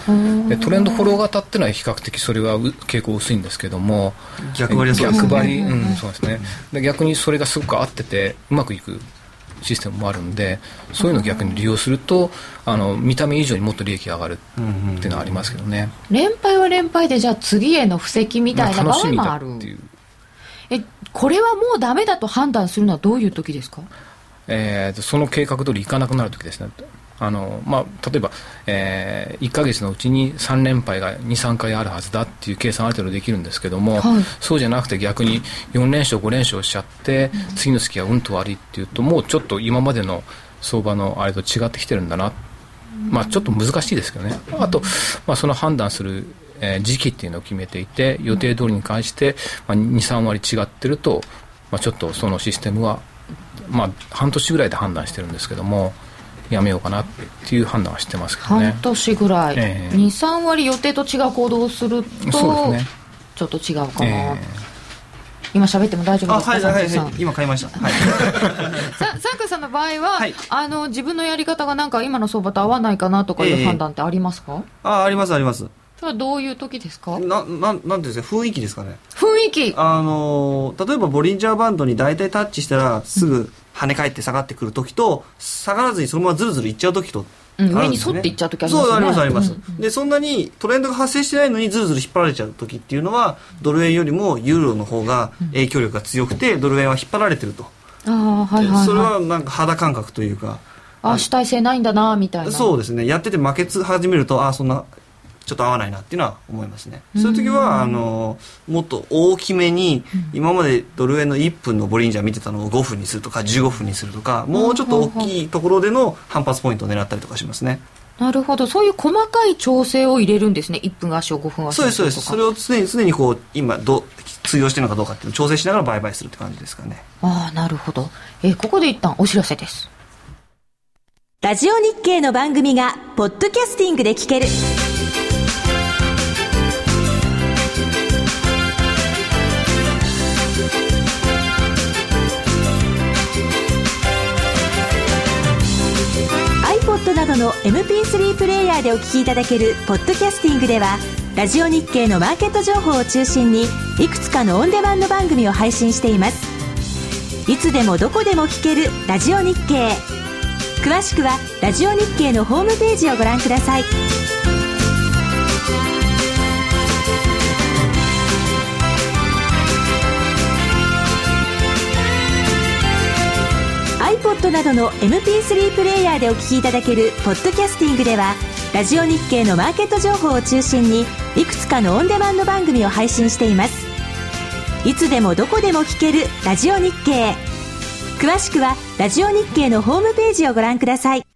でトレンドフォロー型っていうのは比較的それは傾向薄いんですけども、 逆張りはそうですね。 逆張り、うん、そうですね。で逆にそれがすごく合っててうまくいくシステムもあるんで、そういうのを逆に利用するとあの見た目以上にもっと利益が上がるっていうのはありますけどね。 連敗は連敗で、じゃあ次への布石みたいな場合もある、まあ、楽しみだっていう。えこれはもうダメだと判断するのはどういう時ですか？ えー、その計画通りいかなくなる時ですね。あの、まあ、例えば、えー、いっかげつのうちにさん連敗がにさんかいあるはずだっていう計算ある程度できるんですけども、はい、そうじゃなくて逆によん連勝ご連勝しちゃって、うん、次の月はうんと悪いっていうと、もうちょっと今までの相場のあれと違ってきてるんだな、うん、まあ、ちょっと難しいですけどね。あと、まあ、その判断する、えー、時期っていうのを決めていて、予定通りに関して、まあ、にさん割違ってると、まあ、ちょっとそのシステムは、まあ、半年ぐらいで判断してるんですけども、やめようかなっていう判断はしてますけどね。 半年ぐらい、えー、にさん割予定と違う行動をするとそうです、ね、ちょっと違うかな、えー、今喋っても大丈夫ですか？ はいはいはい、今買いました、はい、 サンクさんの場合は、はい、あの自分のやり方がなんか今の相場と合わないかなとかいう判断ってありますか？ えー、あ, ありますあります。 それはどういう時ですか？ な, な, なんていうんですか、雰囲気ですかね。 雰囲気、 あの例えばボリンジャーバンドに大体タッチしたらすぐ跳ね返って下がってくる時と、下がらずにそのままずるずるいっちゃう時と、 うん、上に沿っていっちゃう時ありますよね。 そう、ありますあります、うんうん、でそんなにトレンドが発生してないのにずるずる引っ張られちゃう時っていうのは、ドル円よりもユーロの方が影響力が強くて、ドル円は引っ張られてると。 あ、はいはいはい、 それはなんか肌感覚というか、 あ、主体性ないんだなみたいな。 そうですね。やってて負け始めると、あ、そんなちょっと合わないなっていうのは思いますね。そういう時はあのもっと大きめに、今までドル円のいっぷんのボリンジャー見てたのをごふんにするとかじゅうごふんにするとか、もうちょっと大きいところでの反発ポイントを狙ったりとかしますね。 なるほど。そういう細かい調整を入れるんですね。いっぷん足をごふん足を。 そうですそうです。それを常に常にこう今ど通用してるのかどうかっていうのを調整しながら売買するって感じですかね。 ああ、なるほど。えー、ここで一旦お知らせです。 ラジオ日経の番組がポッドキャスティングで聞ける。iPod などの エムピースリー プレイヤーでお聞きいただけるポッドキャスティングでは、ラジオ日経のマーケット情報を中心にいくつかのオンデマンド番組を配信しています。いつでもどこでも聞けるラジオ日経。詳しくはラジオ日経のホームページをご覧ください。iPod iPad などの エムピースリー プレイヤーでお聞きいただけるポッドキャスティングでは、ラジオ日経のマーケット情報を中心にいくつかのオンデマンド番組を配信しています。いつでもどこでも聞けるラジオ日経。詳しくはラジオ日経のホームページをご覧ください。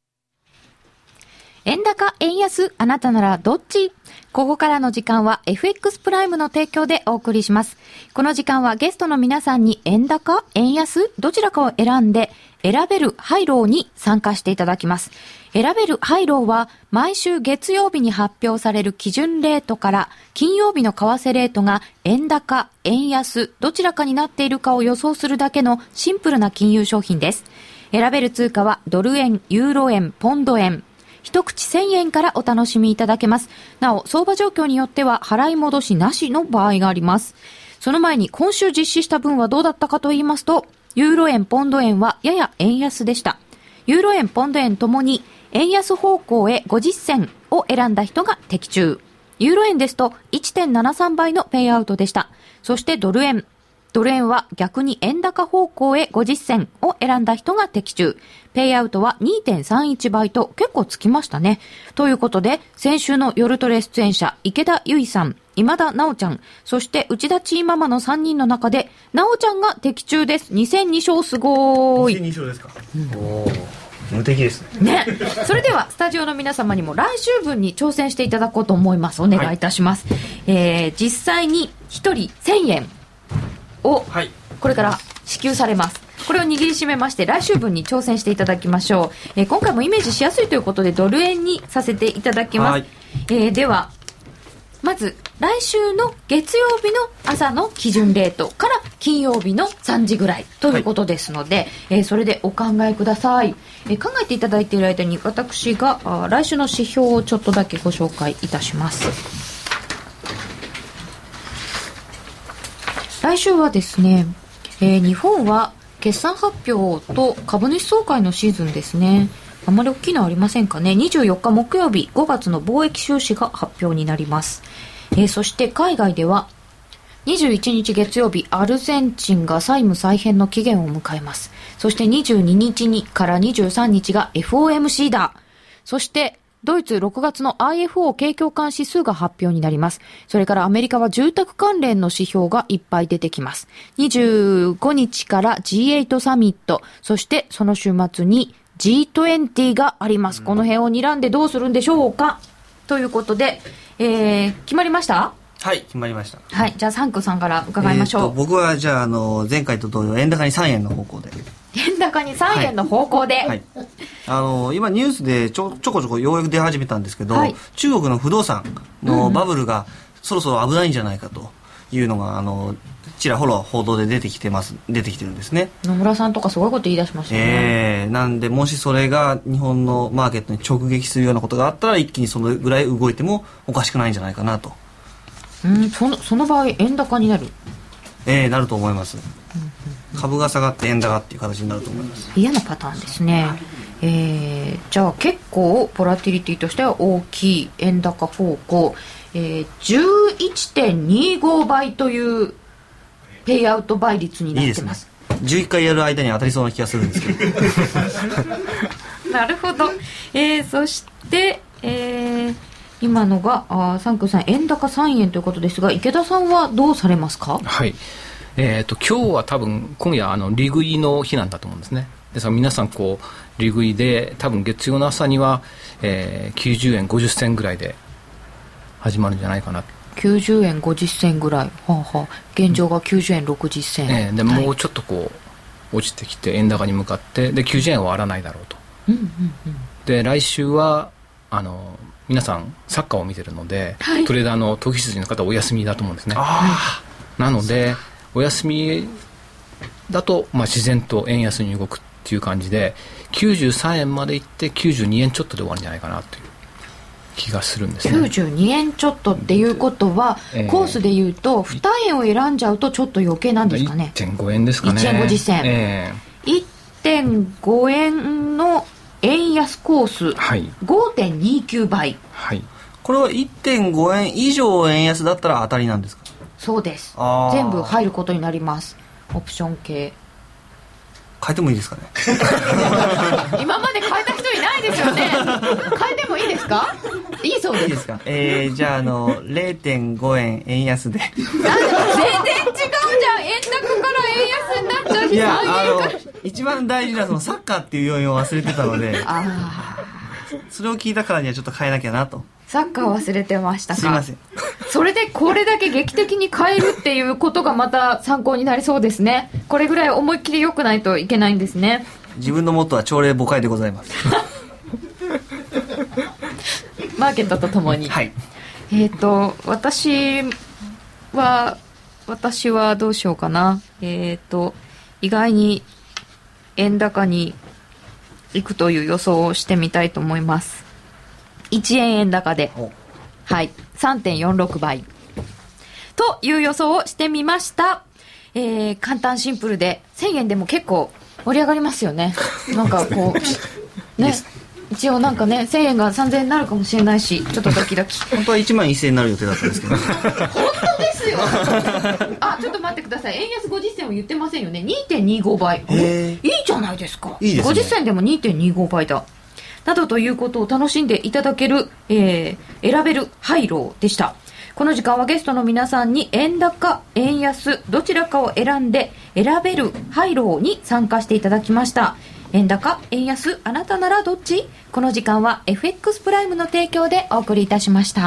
円高、円安、あなたならどっち？ここからの時間は エフエックス プライムの提供でお送りします。この時間はゲストの皆さんに円高、円安、どちらかを選んで選べるハイローに参加していただきます。選べるハイローは毎週月曜日に発表される基準レートから金曜日の為替レートが円高、円安、どちらかになっているかを予想するだけのシンプルな金融商品です。選べる通貨はドル円、ユーロ円、ポンド円。一口せんえんからお楽しみいただけます。なお、相場状況によっては払い戻しなしの場合があります。その前に今週実施した分はどうだったかと言いますと、ユーロ円、ポンド円はやや円安でした。ユーロ円、ポンド円ともに円安方向へごじゅっ銭を選んだ人が的中。ユーロ円ですと いってんななさん 倍のペイアウトでした。そしてドル円。ドル円は逆に円高方向へごじゅっ銭を選んだ人が的中。ペイアウトは にてんさんいち 倍と結構つきましたね。ということで、先週の夜トレ出演者、池田由衣さん、今田直ちゃん、そして内田チーママのさんにんの中で、直ちゃんが的中です。に戦に勝すごーい。 に戦に勝ですか。うん、おー。無敵ですね。ね。それではスタジオの皆様にも来週分に挑戦していただこうと思います。お願いいたします。はい、えー、実際にひとりせんえんをこれから支給されます。これを握りしめまして来週分に挑戦していただきましょう。えー、今回もイメージしやすいということでドル円にさせていただきます。はい、えー、ではまず来週の月曜日の朝の基準レートから金曜日のさんじぐらいということですので、はい、えー、それでお考えください。えー、考えていただいている間に私があ来週の指標をちょっとだけご紹介いたします。来週はですね、えー、日本は決算発表と株主総会のシーズンですね。あまり大きいのはありませんかね。にじゅうよっか木曜日ごがつの貿易収支が発表になります。えー、そして海外ではにじゅういちにち月曜日アルゼンチンが債務再編の期限を迎えます。そしてにじゅうににちにからにじゅうさんにちが エフオーエムシー だ。そしてドイツろくがつの アイエフオー 景況感指数が発表になります。それからアメリカは住宅関連の指標がいっぱい出てきます。にじゅうごにちから ジーエイト サミット、そしてその週末に ジートゥエンティー があります。この辺を睨んでどうするんでしょうかということで、えー、決まりました？ はい、決まりました。 はい、じゃあサンクさんから伺いましょう。えー、と僕はじゃあ、あの前回と同様円高にさんえんの方向で。 円高にさんえんの方向で、はいはい、 あの今ニュースでちょちょこちょこようやく出始めたんですけど、はい、中国の不動産のバブルがそろそろ危ないんじゃないかというのがあのちらほら報道で出てきてます出てきてるんですね。 野村さんとかすごいこと言い出しましたね。 えー、なんでもしそれが日本のマーケットに直撃するようなことがあったら一気にそのぐらい動いてもおかしくないんじゃないかなと。 うんそのその場合円高になる？ えー、なると思います。株が下がって円高っていう形になると思います。 嫌なパターンですね。えー、じゃあ結構ボラティリティとしては大きい円高方向、えー、じゅういってんにご 倍というペイアウト倍率になってます。 いいですね。じゅういっかいやる間に当たりそうな気がするんですけどなるほど。えー、そして、えー、今のがあサンクさん円高さんえんということですが、池田さんはどうされますか？ はい、えー、と今日は多分今夜あの利食いの日なんだと思うんですね。ですから皆さんこう利食いで多分月曜の朝には、えー、きゅうじゅうえんごじゅっ銭ぐらいで始まるんじゃないかな。 きゅうじゅうえんごじゅっ銭ぐらい、はあはあ、現状がきゅうじゅうえんろくじゅっ銭、 えー、でもうちょっとこう落ちてきて円高に向かってできゅうじゅうえんは割らないだろうと、うんうんうん、で来週はあの皆さんサッカーを見てるので、はい、トレーダーの投機筋の方お休みだと思うんですね。あなのでお休みだと、まあ、自然と円安に動くっていう感じできゅうじゅうさんえんまでいってきゅうじゅうにえんちょっとで終わるんじゃないかなという気がするんですね。 きゅうじゅうにえんちょっとっていうことは、えー、コースでいうとにえんを選んじゃうとちょっと余計なんですかね。 いってんご 円ですかね。 いちえんごじゅっ銭、えー、いってんご 円の円安コース、はい、ごてんにきゅう 倍、 はい、これは いってんご 円以上円安だったら当たりなんですか？ そうです。全部入ることになります。オプション系変えてもいいですかね今まで変えた人いないですよね。変えてもいいですか？いいそうです。 いいですか。えー、じゃああの れいてんご 円円安で。 なんで全然違うじゃん。円高から円安になっちゃうし。 いやあの一番大事なそのサッカーっていう要因を忘れてたので。あそれを聞いたからにはちょっと変えなきゃなと。 サッカー忘れてましたか。 すいません。 それでこれだけ劇的に変えるっていうことがまた参考になりそうですね。これぐらい思いっきり良くないといけないんですね。 自分のモットーは朝礼誤解でございますマーケットとともに。 はい。 えっと私は私はどうしようかな。えっと意外に円高に行くという予想をしてみたいと思います。いちえん円高で、はい、さんてんよんろく 倍という予想をしてみました。えー、簡単シンプルでせんえんでも結構盛り上がりますよね。なんかこうね、一応なんかねせんえんがさんぜんえんになるかもしれないし、ちょっとドキドキ。 本当はいちまんせんえんになる予定だったんですけど。 本当ですよ。あ、ちょっと待ってください。円安ごじゅっせんを言ってませんよね。 にてんにご 倍。いいじゃないですか。 いいですね。 ごじゅっせんでも にてんにご 倍だ。などということを楽しんでいただける、えー、選べるハイローでした。この時間はゲストの皆さんに円高、円安どちらかを選んで選べるハイローに参加していただきました。円高、円安、あなたならどっち？この時間は エフエックス プライムの提供でお送りいたしました。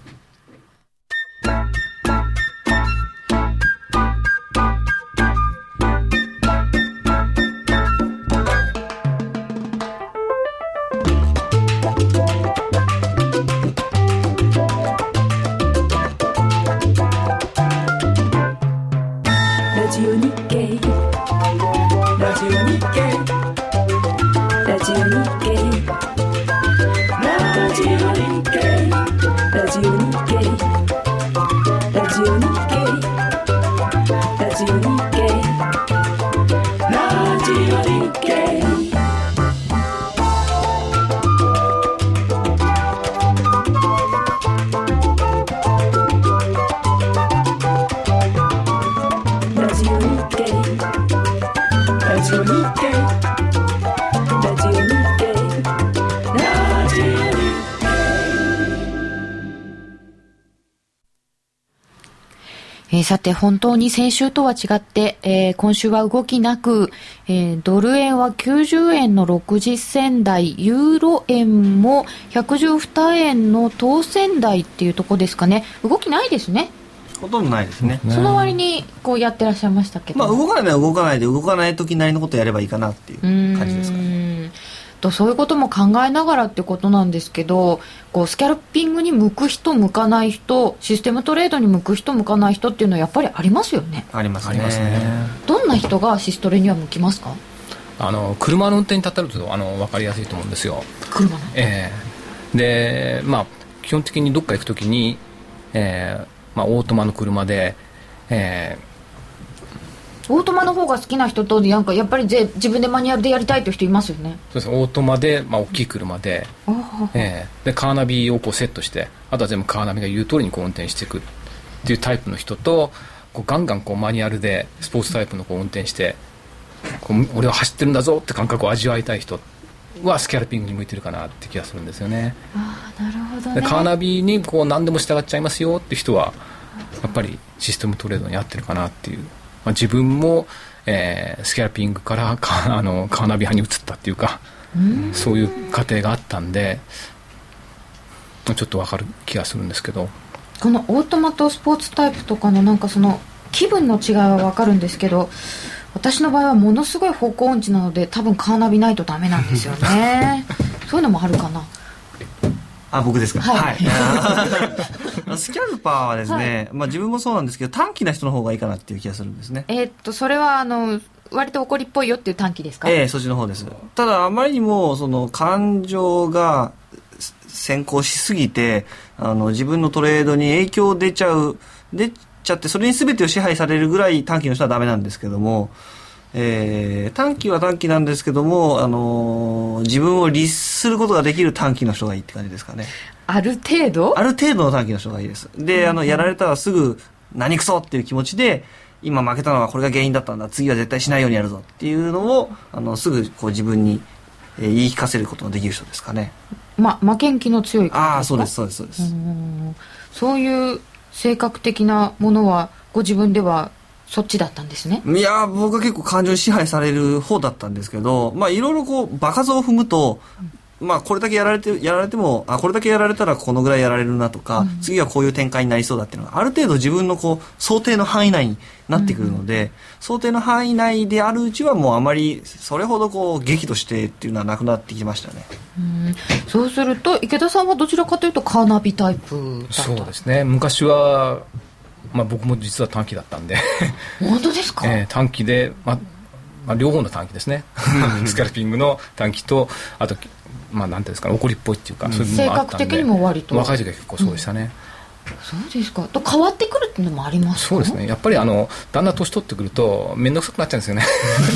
えー、さて本当に先週とは違って、えー、今週は動きなく、えー、ドル円はきゅうじゅうえんのろくじゅっ銭台、ユーロ円もひゃくじゅうにえんの当選台っていうところですかね。動きないですね。 ほとんどないですね。 その割にこうやってらっしゃいましたけど、 まあ、動かないのは動かないで動かない時なりのことをやればいいかなっていう感じですかね。 とそういうことも考えながらってことなんですけど、こうスキャルピングに向く人向かない人、システムトレードに向く人向かない人っていうのはやっぱりありますよね。 ありますね。 ありますね。 どんな人がシストレには向きますか？ あの車の運転に立てるとあの分かりやすいと思うんですよ。 車の運転、 えー、でまあ基本的にどっか行くときに、えーまあ、オートマの車で、えーオートマの方が好きな人となんかやっぱりぜ自分でマニュアルでやりたいという人いますよね。 そうですね。オートマで、まあ、大きい車で、えー、でカーナビをこうセットして、あとは全部カーナビが言う通りにこう運転していくっていうタイプの人と、こうガンガンこうマニュアルでスポーツタイプのこう運転してこう俺は走ってるんだぞって感覚を味わいたい人はスキャルピングに向いてるかなって気がするんですよね。 ああ、なるほどね。 でカーナビにこう何でも従っちゃいますよって人はやっぱりシステムトレードに合ってるかなっていう、まあ、自分も、えー、スキャルピングからカあのカーナビ派に移ったっていうか、うそういう過程があったんでちょっと分かる気がするんですけど、 このオートマとスポーツタイプとかのなんかその気分の違いは分かるんですけど、私の場合はものすごい方向音痴なので多分カーナビないとダメなんですよね。そういうのもあるかな。 あ、僕ですか。 はい、 はい、スキャルパーはですね、はい、まあ、自分もそうなんですけど短気な人の方がいいかなっていう気がするんですね。 えー、っとそれはあの割と怒りっぽいよっていう短気ですか？ ええ、そっちの方です。ただあまりにもその感情が先行しすぎてあの自分のトレードに影響出ちゃう出ちゃってそれに全てを支配されるぐらい短気の人はダメなんですけども、えー、短期は短期なんですけども、あのー、自分を律することができる短期の人がいいって感じですかね。 ある程度ある程度の短期の人がいいです。で、あのやられたらすぐ何くそっていう気持ちで、 今負けたのはこれが原因だったんだ、次は絶対しないようにやるぞっていうのをあのすぐこう自分に、えー、言い聞かせることのできる人ですかね。 ま、負けん気の強い方ですか？ ああ、そうですそうですそうです。うん、 そういう性格的なものはご自分ではそっちだったんですね。 いや僕は結構感情に支配される方だったんですけど、まあいろいろこう場数を踏むと、まあこれだけやられてやられてもあこれだけやられたらこのぐらいやられるなとか、うん、次はこういう展開になりそうだっていうのがある程度自分のこう想定の範囲内になってくるので、うん、想定の範囲内であるうちはもうあまりそれほどこう激怒してっていうのはなくなってきましたね。 うん、そうすると池田さんはどちらかというとカーナビタイプだった？ そうですね。昔はまあ、僕も実は短期だったんで本当ですか？ えー、短期で、まあまあ、両方の短期ですねスキャルピングの短期とあと、まあ、なんていうんですか、怒りっぽいっていうか、うん、そういうのもあったんで性格的にも割と若い時は結構そうでしたね、 うん、そうですか。と変わってくるっていうのもありますか？ そうですね。やっぱりあのだんだん年取ってくると面倒くさくなっちゃうんですよね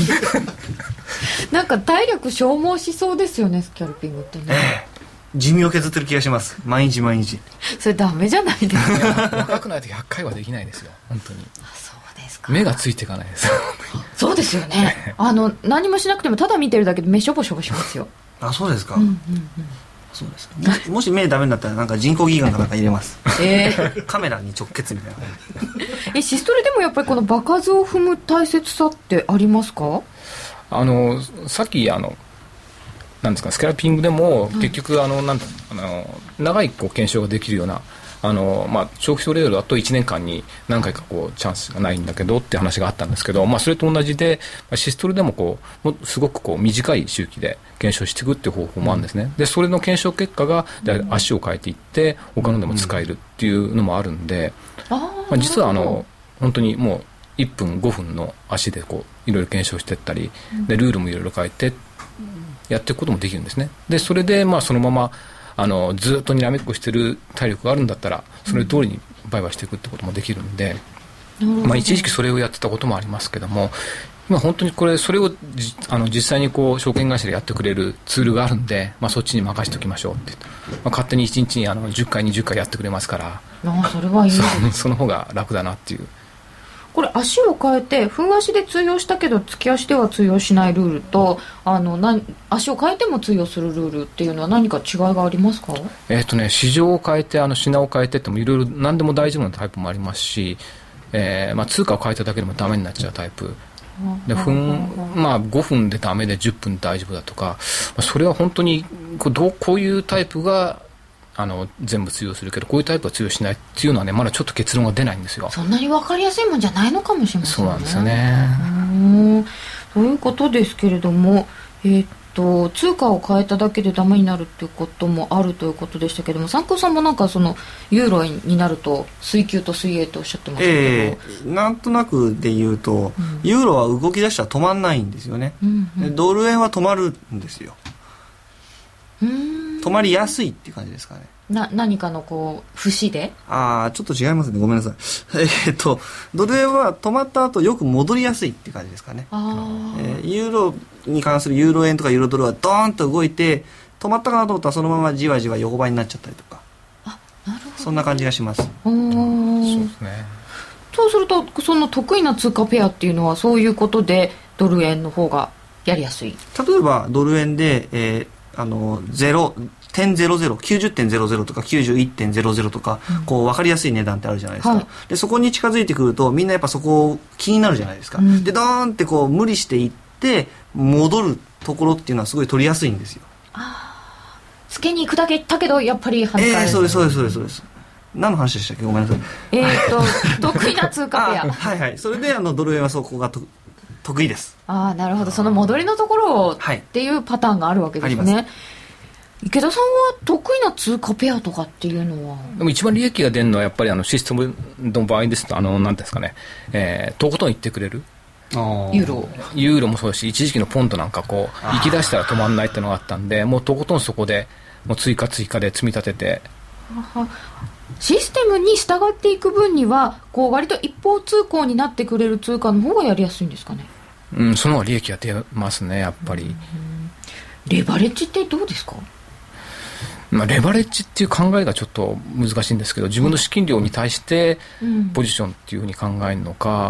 なんか体力消耗しそうですよね、スキャルピングってね、えー寿命を削ってる気がします。毎日毎日。 それダメじゃないですか若くないとひゃっかいはできないですよ本当に。 あ、そうですか。 目がついていかないですそうですよねあの何もしなくてもただ見てるだけで目しょぼしょぼしますよ。 あ、そうですか、 うんうんうん、 そうですか。 も, しもし目ダメになったらなんか人工義眼かなんか入れます、 えー、 カメラに直結みたいなえシストレでもやっぱりこの場数を踏む大切さってありますか？ あのさっきあのなんですか、スキャルピングでも結局あのなんあの長いこう検証ができるようなあの、まあ、長期トレードだといちねんかんに何回かこうチャンスがないんだけどって話があったんですけど、まあ、それと同じでシストレでもこうもすごくこう短い周期で検証していくっていう方法もあるんですね。でそれの検証結果が足を変えていって他のでも使えるっていうのもあるんで、まあ、実はあの本当にもういっぷんごふんの足でこういろいろ検証していったりでルールもいろいろ変えてやっていくこともできるんですね。でそれでまあそのままあのずっとにらめっこしてる体力があるんだったらそれ通りに売買していくってこともできるんで、まあ、一時期それをやってたこともありますけども、今本当にこれそれをあの実際にこう証券会社でやってくれるツールがあるんで、まあ、そっちに任せておきましょうって、まあ、勝手にいちにちにあのじゅっかいにじゅっかいやってくれますから、 あそれはいいです。 そ, その方が楽だなっていう。 これ足を変えて分足で通用したけど月足では通用しないルールとあのな足を変えても通用するルールっていうのは何か違いがありますか？ えーとね、市場を変えてあの品を変えてってもいろいろ何でも大丈夫なタイプもありますし、えーまあ、通貨を変えただけでもダメになっちゃうタイプで分、まあ、ごふんでダメでじゅっぷん大丈夫だとか、まあ、それは本当にこうどうこういうタイプがあの全部通用するけどこういうタイプは通用しないっていうのはねまだちょっと結論が出ないんですよ。 そんなに分かりやすいもんじゃないのかもしれませんね。 そうなんですよね。 うんそういうことですけれども、えー、っと通貨を変えただけでダメになるっていうこともあるということでしたけども、三空さんもなんかそのユーロになると水球と水泳とおっしゃってましたけど、 えー、なんとなくで言うと、うん、ユーロは動き出したら止まんないんですよね、うんうん、でドル円は止まるんですよ。うーん止まりやすいっていう感じですかね。 な何かのこう節でああちょっと違いますね、ごめんなさいえっとドル円は止まった後よく戻りやすいっていう感じですかね。あ、えー、ユーロに関するユーロ円とかユーロドルはドーンと動いて止まったかなと思ったらそのままじわじわ横ばいになっちゃったりとか、 あなるほどそんな感じがします。 おそうですね。そうするとその得意な通貨ペアっていうのはそういうことでドル円の方がやりやすい。 例えばドル円で、えーあのゼロてんゼロゼロ きゅうじゅってんゼロゼロ とか きゅうじゅういってんゼロゼロ とか、うん、こう分かりやすい値段ってあるじゃないですか、はい、でそこに近づいてくるとみんなやっぱそこ気になるじゃないですか、うん、でドーンってこう無理していって戻るところっていうのはすごい取りやすいんですよ。 あつけに行くだけ言ったけどやっぱり跳ね返る、 えー、そうですそうですそうですそうです。何の話でしたっけ、ごめんなさい。 えーと得意な通貨ペアはいはい、それであのドル円はそこがと得意です。 ああなるほど、その戻りのところをっていうパターンがあるわけですね、はい、池田さんは得意な通貨ペアとかっていうのは。 でも一番利益が出るのはやっぱりあのシステムの場合ですとあの何ですかね、えー、とことん言ってくれるユーロユーロもそうだし一時期のポンドなんかこう行き出したら止まんないっていうのがあったんでもうとことんそこでもう追加追加で積み立ててシステムに従っていく分にはこう割と一方通行になってくれる通貨の方がやりやすいんですかね。 うん、その方が利益が出ますねやっぱり、うん、 レバレッジってどうですか。 まあ、レバレッジっていう考えがちょっと難しいんですけど自分の資金量に対してポジションっていうふうに考えるのか、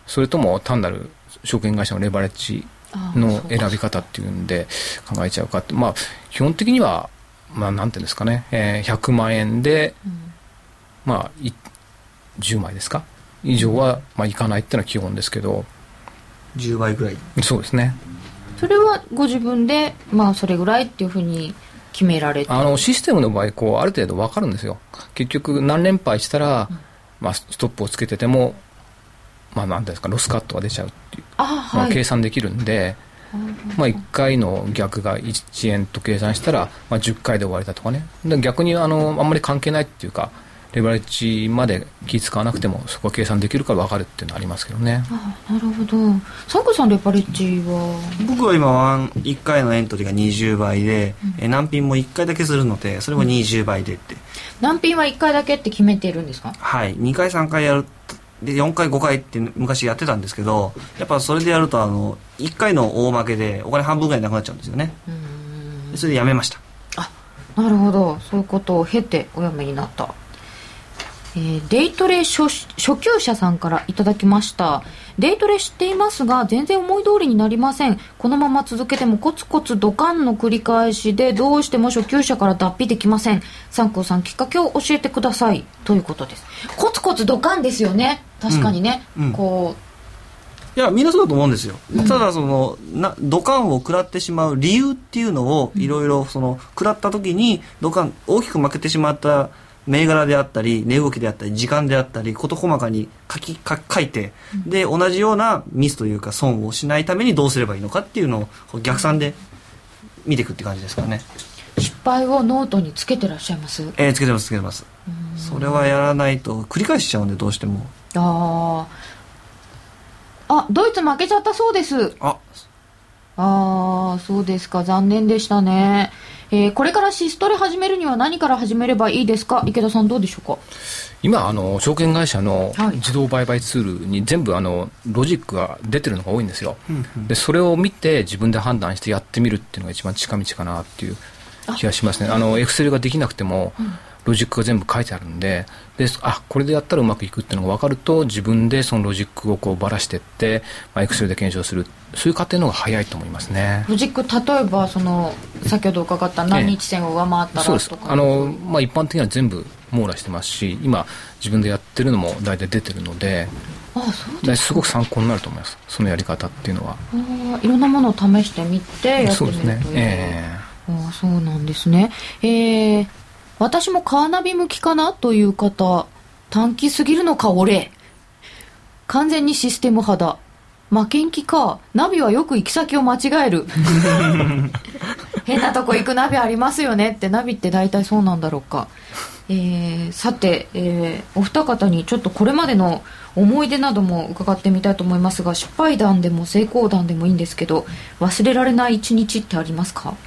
それとも単なる証券会社のレバレッジの選び方っていうんで考えちゃうかって、まあ基本的にはまあなんていうんですかね、えー、ひゃくまんえんで、うん、まあじゅうまいですか以上はまあいかないっていうのは基本ですけど、 じゅうばいぐらい。 そうですね。 それはご自分でまあそれぐらいっていうふうに決められて、 あのシステムの場合こうある程度分かるんですよ。結局何連敗したら、うん、まあ、ストップをつけてても、まあ、なんですかロスカットが出ちゃうっていう、あ、はい、まあ、計算できるんで、まあ、いっかいの逆がいちえんと計算したら、まあ、じゅっかいで終わりだとかね。で逆にあのあんまり関係ないっていうかレバレッジまで気使わなくてもそこは計算できるから分かるっていうのはありますけどね。 あ、なるほど。サンクさんレバレッジは？ 僕は今いっかいのエントリーがにじゅうばいで、うん、え難品もいっかいだけするのでそれもにじゅうばいでって、うん、 難品はいっかいだけって決めてるんですか？ はい、にかいさんかいやるでよんかいごかいって昔やってたんですけど、やっぱそれでやるとあのいっかいの大負けでお金半分ぐらいなくなっちゃうんですよね。うーん、それでやめました。 あ、なるほど。そういうことを経ておやめになった。えー、デイトレ 初, 初級者さんからいただきました。デイトレ知っていますが全然思い通りになりません。このまま続けてもコツコツドカンの繰り返しでどうしても初級者から脱皮できません。参考さんきっかけを教えてくださいということです。コツコツドカンですよね。確かにね、うんうん、こういやみんなそうだと思うんですよ、うん、ただそのなドカンを食らってしまう理由っていうのをいろいろその食らった時にドカン大きく負けてしまった銘柄であったり値動きであったり時間であったり事細かに書き書書いて、で同じようなミスというか損をしないためにどうすればいいのかっていうのを逆算で見ていくって感じですかね。 失敗をノートにつけてらっしゃいます？ えー、つけてますつけてます。それはやらないと繰り返しちゃうんでどうしても。 ああ、ドイツ負けちゃったそうです。 ああ、そうですか。残念でしたね。えー、これからシストレ始めるには何から始めればいいですか？池田さんどうでしょうか？ 今あの証券会社の自動売買ツールに全部あのロジックが出てるのが多いんですよ、うんうん、でそれを見て自分で判断してやってみるっていうのが一番近道かなっていう気がしますね。あのエクセルができなくても、うん、ロジックが全部書いてあるんで、であこれでやったらうまくいくっていうのが分かると自分でそのロジックをこうばらしていって、まあ、エクセルで検証する、そういう過程の方が早いと思いますね。 ロジック例えばその先ほど伺った何日線を上回ったらとか、 そうですあの、まあ、一般的には全部網羅してますし今自分でやってるのも大体出てるので、 ああそうですか。 すごく参考になると思います。そのやり方っていうのは。 あいろんなものを試してみてやってみるという。そうですね、えー、あそうなんですね。えー私もカーナビ向きかなという方、短期すぎるのか俺。完全にシステム派だ。負けん気か。ナビはよく行き先を間違える。変なとこ行くナビありますよねって、ナビって大体そうなんだろうか。えー、さて、えー、お二方にちょっとこれまでの思い出なども伺ってみたいと思いますが、失敗談でも成功談でもいいんですけど、忘れられない一日ってありますか？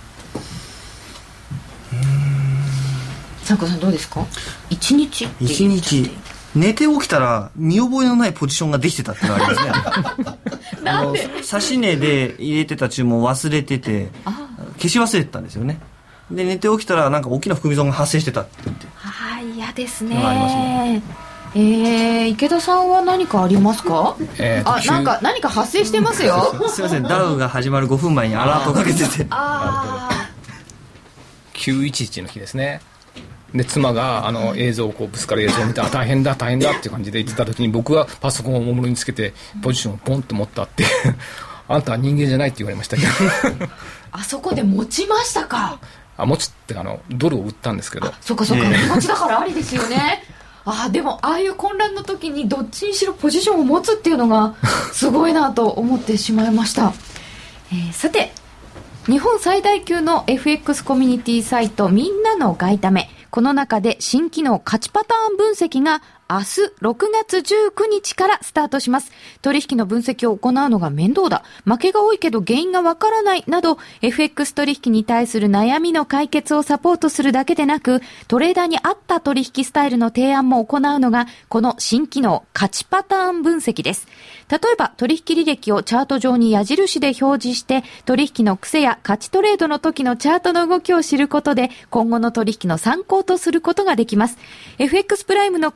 サンコさんどうですか？一日って一日寝て起きたら見覚えのないポジションができてたってのがありますね。 なんで？ 指し値で入れてた注文を忘れてて消し忘れてたんですよね。で寝て起きたらなんか大きな含み損が発生してたって言って、 はい、嫌ですね。ありますね。えー、池田さんは何かありますか？えー、あ、なんか何か発生してますよ。 すいません、ダウが始まるごふんまえにアラートをかけてて、 あきゅういちいちの日ですね。で妻があの映像をこうぶつかる映像を見て、あ大変だ大変だっていう感じで言ってた時に、僕はパソコンをおもむろにつけてポジションをポンと持ったってあんたは人間じゃないって言われましたけどあそこで持ちましたか？ あ持ちってあのドルを売ったんですけど、 そっかそっか、持ちだからありですよね。あでもああいう混乱の時にどっちにしろポジションを持つっていうのがすごいなと思ってしまいました。えー、さて日本最大級の エフエックス コミュニティサイトみんなの外為、この中で新機能価値パターン分析が明日ろくがつじゅうくにちからスタートします。取引の分析を行うのが面倒だ、負けが多いけど原因がわからないなど エフエックス 取引に対する悩みの解決をサポートするだけでなく、トレーダーに合った取引スタイルの提案も行うのがこの新機能価値パターン分析です。例えば取引履歴をチャート上に矢印で表示して取引の癖や価値トレードの時のチャートの動きを知ることで今後の取引の参考とすることができます。 エフエックス プライムの口座保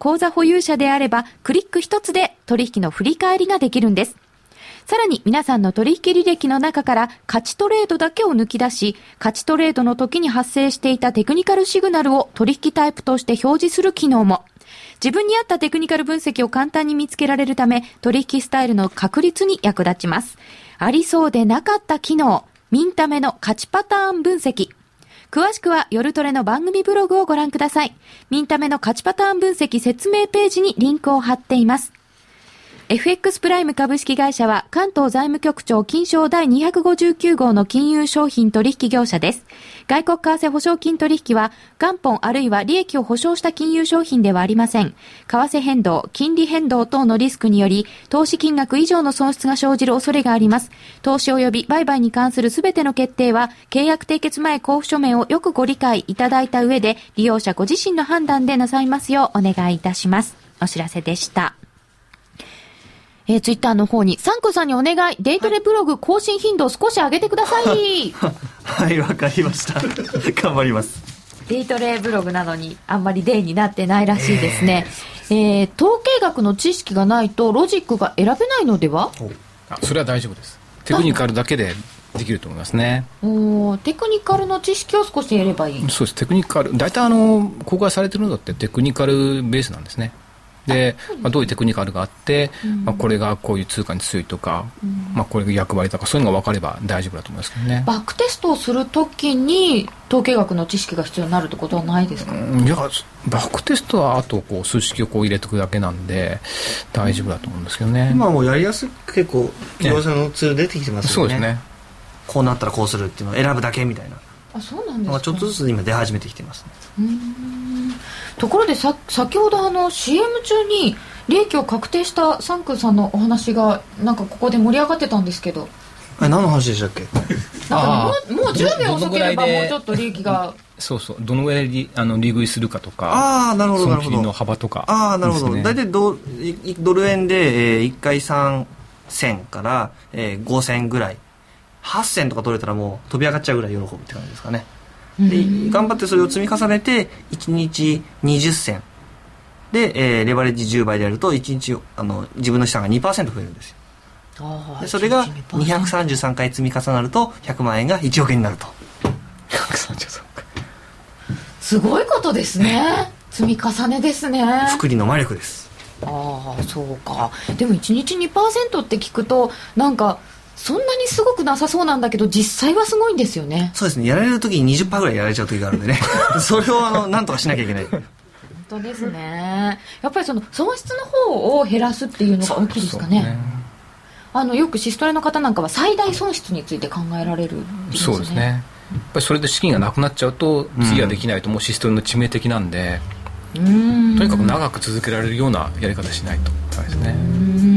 保有者であればクリック一つで取引の振り返りができるんです。さらに皆さんの取引履歴の中から勝ちトレードだけを抜き出し、勝ちトレードの時に発生していたテクニカルシグナルを取引タイプとして表示する機能も。自分に合ったテクニカル分析を簡単に見つけられるため、取引スタイルの確立に役立ちます。ありそうでなかった機能、ミンタメの勝ちパターン分析。詳しくは夜トレの番組ブログをご覧ください。ミンタメの勝ちパターン分析説明ページにリンクを貼っています。エフエックス プライム株式会社は関東財務局長金商第にひゃくごじゅうきゅう号の金融商品取引業者です。外国為替保証金取引は元本あるいは利益を保証した金融商品ではありません。為替変動、金利変動等のリスクにより投資金額以上の損失が生じる恐れがあります。投資及び売買に関するすべての決定は契約締結前交付書面をよくご理解いただいた上で利用者ご自身の判断でなさいますようお願いいたします。お知らせでした。えー、ツイッターの方にサンクさんにお願い、デイトレブログ更新頻度を少し上げてください。 はい、わかりました頑張ります。 デイトレブログなのにあんまりデイになってないらしいですね。えー、えー、統計学の知識がないとロジックが選べないのでは？ あ、それは大丈夫です。テクニカルだけでできると思いますね。 お、テクニカルの知識を少しやればいい。 そうです。テクニカル、大体あの公開されてるのってテクニカルベースなんですね。で、まあ、どういうテクニカルがあって、うんまあ、これがこういう通貨に強いとか、うんまあ、これが役割とかそういうのが分かれば大丈夫だと思いますけどね。 バックテストをするときに統計学の知識が必要になるってことはないですか？ うん、いやバックテストはあとこう数式をこう入れておくだけなんで大丈夫だと思うんですけどね。 今もうやりやすく結構業者のツール出てきてますよね。そうですね。こうなったらこうするっていうのを選ぶだけみたいな。 あ、そうなんですか。 ちょっとずつ今出始めてきてますね。 うーん、ところでさ先ほどあの シーエム 中に利益を確定したサンクさんのお話がなんかここで盛り上がってたんですけど、 あれ何の話でしたっけ？ なんかもう、もうじゅうびょう遅ければもうちょっと利益がそうそう、どのぐらい利あの利食いするかとか、 ああなるほどなるほど、 損切りの幅とか、 ああなるほど、大体ドドル円で、えー、いっかいさんせんから、えー、ごせんぐらい、はっせんとか取れたらもう飛び上がっちゃうぐらい喜ぶって感じですかね。で頑張ってそれを積み重ねていちにちにじゅっせんで、えー、レバレッジじゅうばいでやるといちにちあの自分の資産が にパーセント 増えるんですよ。あでそれがにひゃくさんじゅうさんかい積み重なるとひゃくまん円がいちおくえんになると。 ひゃくさんじゅうさんかいすごいことですね。積み重ねですね。 複利の魔力です。 ああそうか。でもいちにち にパーセント って聞くとなんかそんなにすごくなさそうなんだけど実際はすごいんですよね。 そうですね。やられる時に にじゅっパーセント ぐらいやられちゃう時があるんでねそれをあのなんとかしなきゃいけない本当ですね。やっぱりその損失の方を減らすっていうのが大きいですかね。そうそうね。あのよくシストレの方なんかは最大損失について考えられる、ね、 そうですね。やっぱりそれで資金がなくなっちゃうと次はできないともうシストレの致命的なんで、うん、とにかく長く続けられるようなやり方しないとダメですね。うん、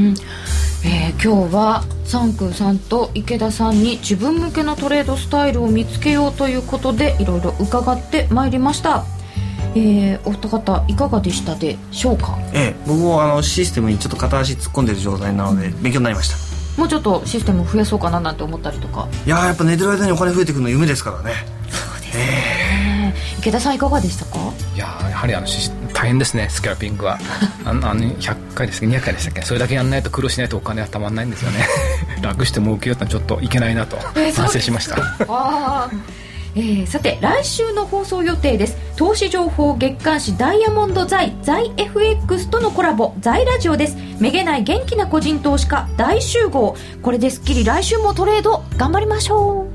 えー、今日はサンクさんと池田さんに自分向けのトレードスタイルを見つけようということでいろいろ伺ってまいりました。えー、お二方いかがでしたでしょうか？ ええ、僕もあのシステムにちょっと片足突っ込んでる状態なので勉強になりました。 もうちょっとシステムを増やそうかななんて思ったりとか。 いややっぱ寝てる間にお金増えてくるの夢ですからね。 そうですね、えー、池田さんいかがでしたか？ いややはりあの大変ですね。スキャルピングはあのあのひゃっかいですけどにひゃっかいでしたっけ、それだけやんないと苦労しないとお金はたまんないんですよね楽して儲けようってちょっといけないなと反省しました。 あえー、さて来週の放送予定です。投資情報月刊誌ダイヤモンド財財 エフエックス とのコラボ財ラジオです。めげない元気な個人投資家大集合。これですっきり来週もトレード頑張りましょう。